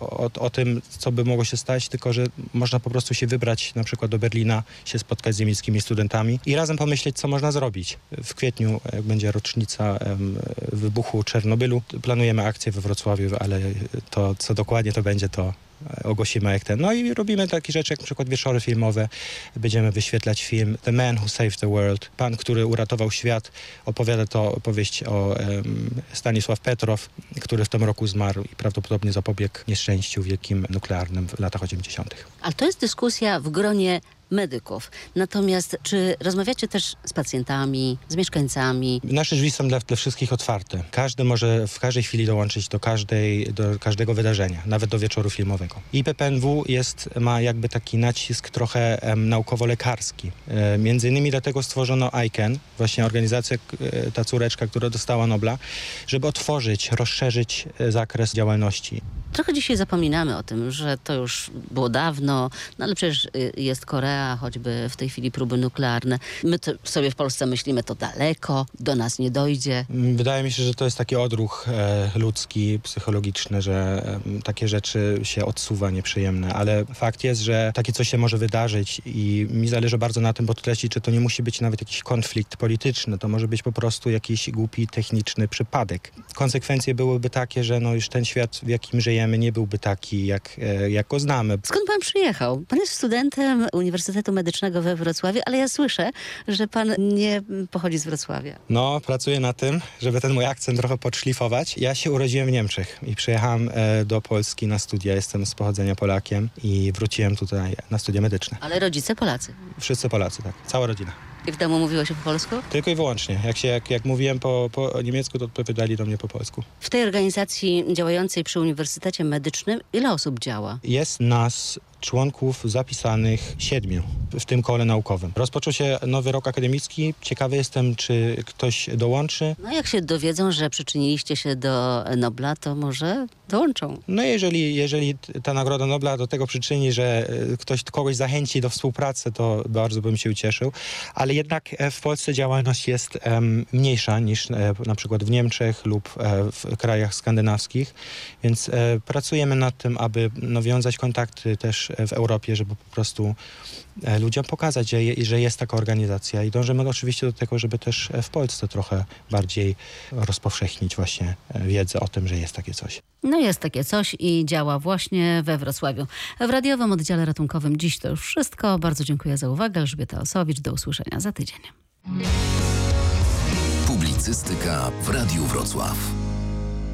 o tym, co by mogło się stać, tylko że można po prostu się wybrać na przykład do Berlina, się spotkać z niemieckimi studentami i razem pomyśleć, co można zrobić. W kwietniu, jak będzie rocznica wybuchu Czernobylu, planujemy akcję we Wrocławiu, ale to, co dokładnie to będzie, to ogłosimy jak ten. No i robimy takie rzeczy, jak na przykład wieczory filmowe. Będziemy wyświetlać film The Man Who Saved the World. Pan, który uratował świat. Opowiada to opowieść o Stanisław Petrow, który w tym roku zmarł i prawdopodobnie zapobiegł nieszczęściu wielkim nuklearnym w latach 80. Ale to jest dyskusja w gronie medyków. Natomiast czy rozmawiacie też z pacjentami, z mieszkańcami? Nasze drzwi są dla wszystkich otwarte. Każdy może w każdej chwili dołączyć do każdego wydarzenia, nawet do wieczoru filmowego. IPPNW ma jakby taki nacisk trochę naukowo-lekarski. Między innymi dlatego stworzono ICAN, właśnie organizacja, ta córeczka, która dostała Nobla, żeby otworzyć, rozszerzyć zakres działalności. Trochę dzisiaj zapominamy o tym, że to już było dawno, no ale przecież jest Korea, choćby w tej chwili próby nuklearne. My sobie w Polsce myślimy, to daleko, do nas nie dojdzie. Wydaje mi się, że to jest taki odruch ludzki, psychologiczny, że takie rzeczy się odsuwa nieprzyjemne, ale fakt jest, że takie coś się może wydarzyć i mi zależy bardzo na tym podkreślić, że to nie musi być nawet jakiś konflikt polityczny, to może być po prostu jakiś głupi, techniczny przypadek. Konsekwencje byłyby takie, że no już ten świat, w jakim żyjemy, nie byłby taki, jak go znamy. Skąd pan przyjechał? Pan jest studentem Uniwersytetu Medycznego we Wrocławiu, ale ja słyszę, że pan nie pochodzi z Wrocławia. No, pracuję na tym, żeby ten mój akcent trochę podszlifować. Ja się urodziłem w Niemczech i przyjechałem do Polski na studia. Jestem z pochodzenia Polakiem i wróciłem tutaj na studia medyczne. Ale rodzice Polacy? Wszyscy Polacy, tak. Cała rodzina. I w domu mówiło się po polsku? Tylko i wyłącznie. Jak mówiłem po niemiecku, to odpowiadali do mnie po polsku. W tej organizacji działającej przy Uniwersytecie Medycznym ile osób działa? Jest nas członków zapisanych 7 w tym kole naukowym. Rozpoczął się nowy rok akademicki. Ciekawy jestem, czy ktoś dołączy. No jak się dowiedzą, że przyczyniliście się do Nobla, to może dołączą. No jeżeli ta Nagroda Nobla do tego przyczyni, że kogoś zachęci do współpracy, to bardzo bym się ucieszył. Ale jednak w Polsce działalność jest mniejsza niż na przykład w Niemczech lub w krajach skandynawskich. Więc pracujemy nad tym, aby nawiązać kontakty też w Europie, żeby po prostu ludziom pokazać, że jest taka organizacja i dążymy oczywiście do tego, żeby też w Polsce trochę bardziej rozpowszechnić właśnie wiedzę o tym, że jest takie coś. No jest takie coś i działa właśnie we Wrocławiu. W radiowym oddziale ratunkowym dziś to już wszystko. Bardzo dziękuję za uwagę. Elżbieta Osowicz. Do usłyszenia za tydzień. Publicystyka w Radiu Wrocław.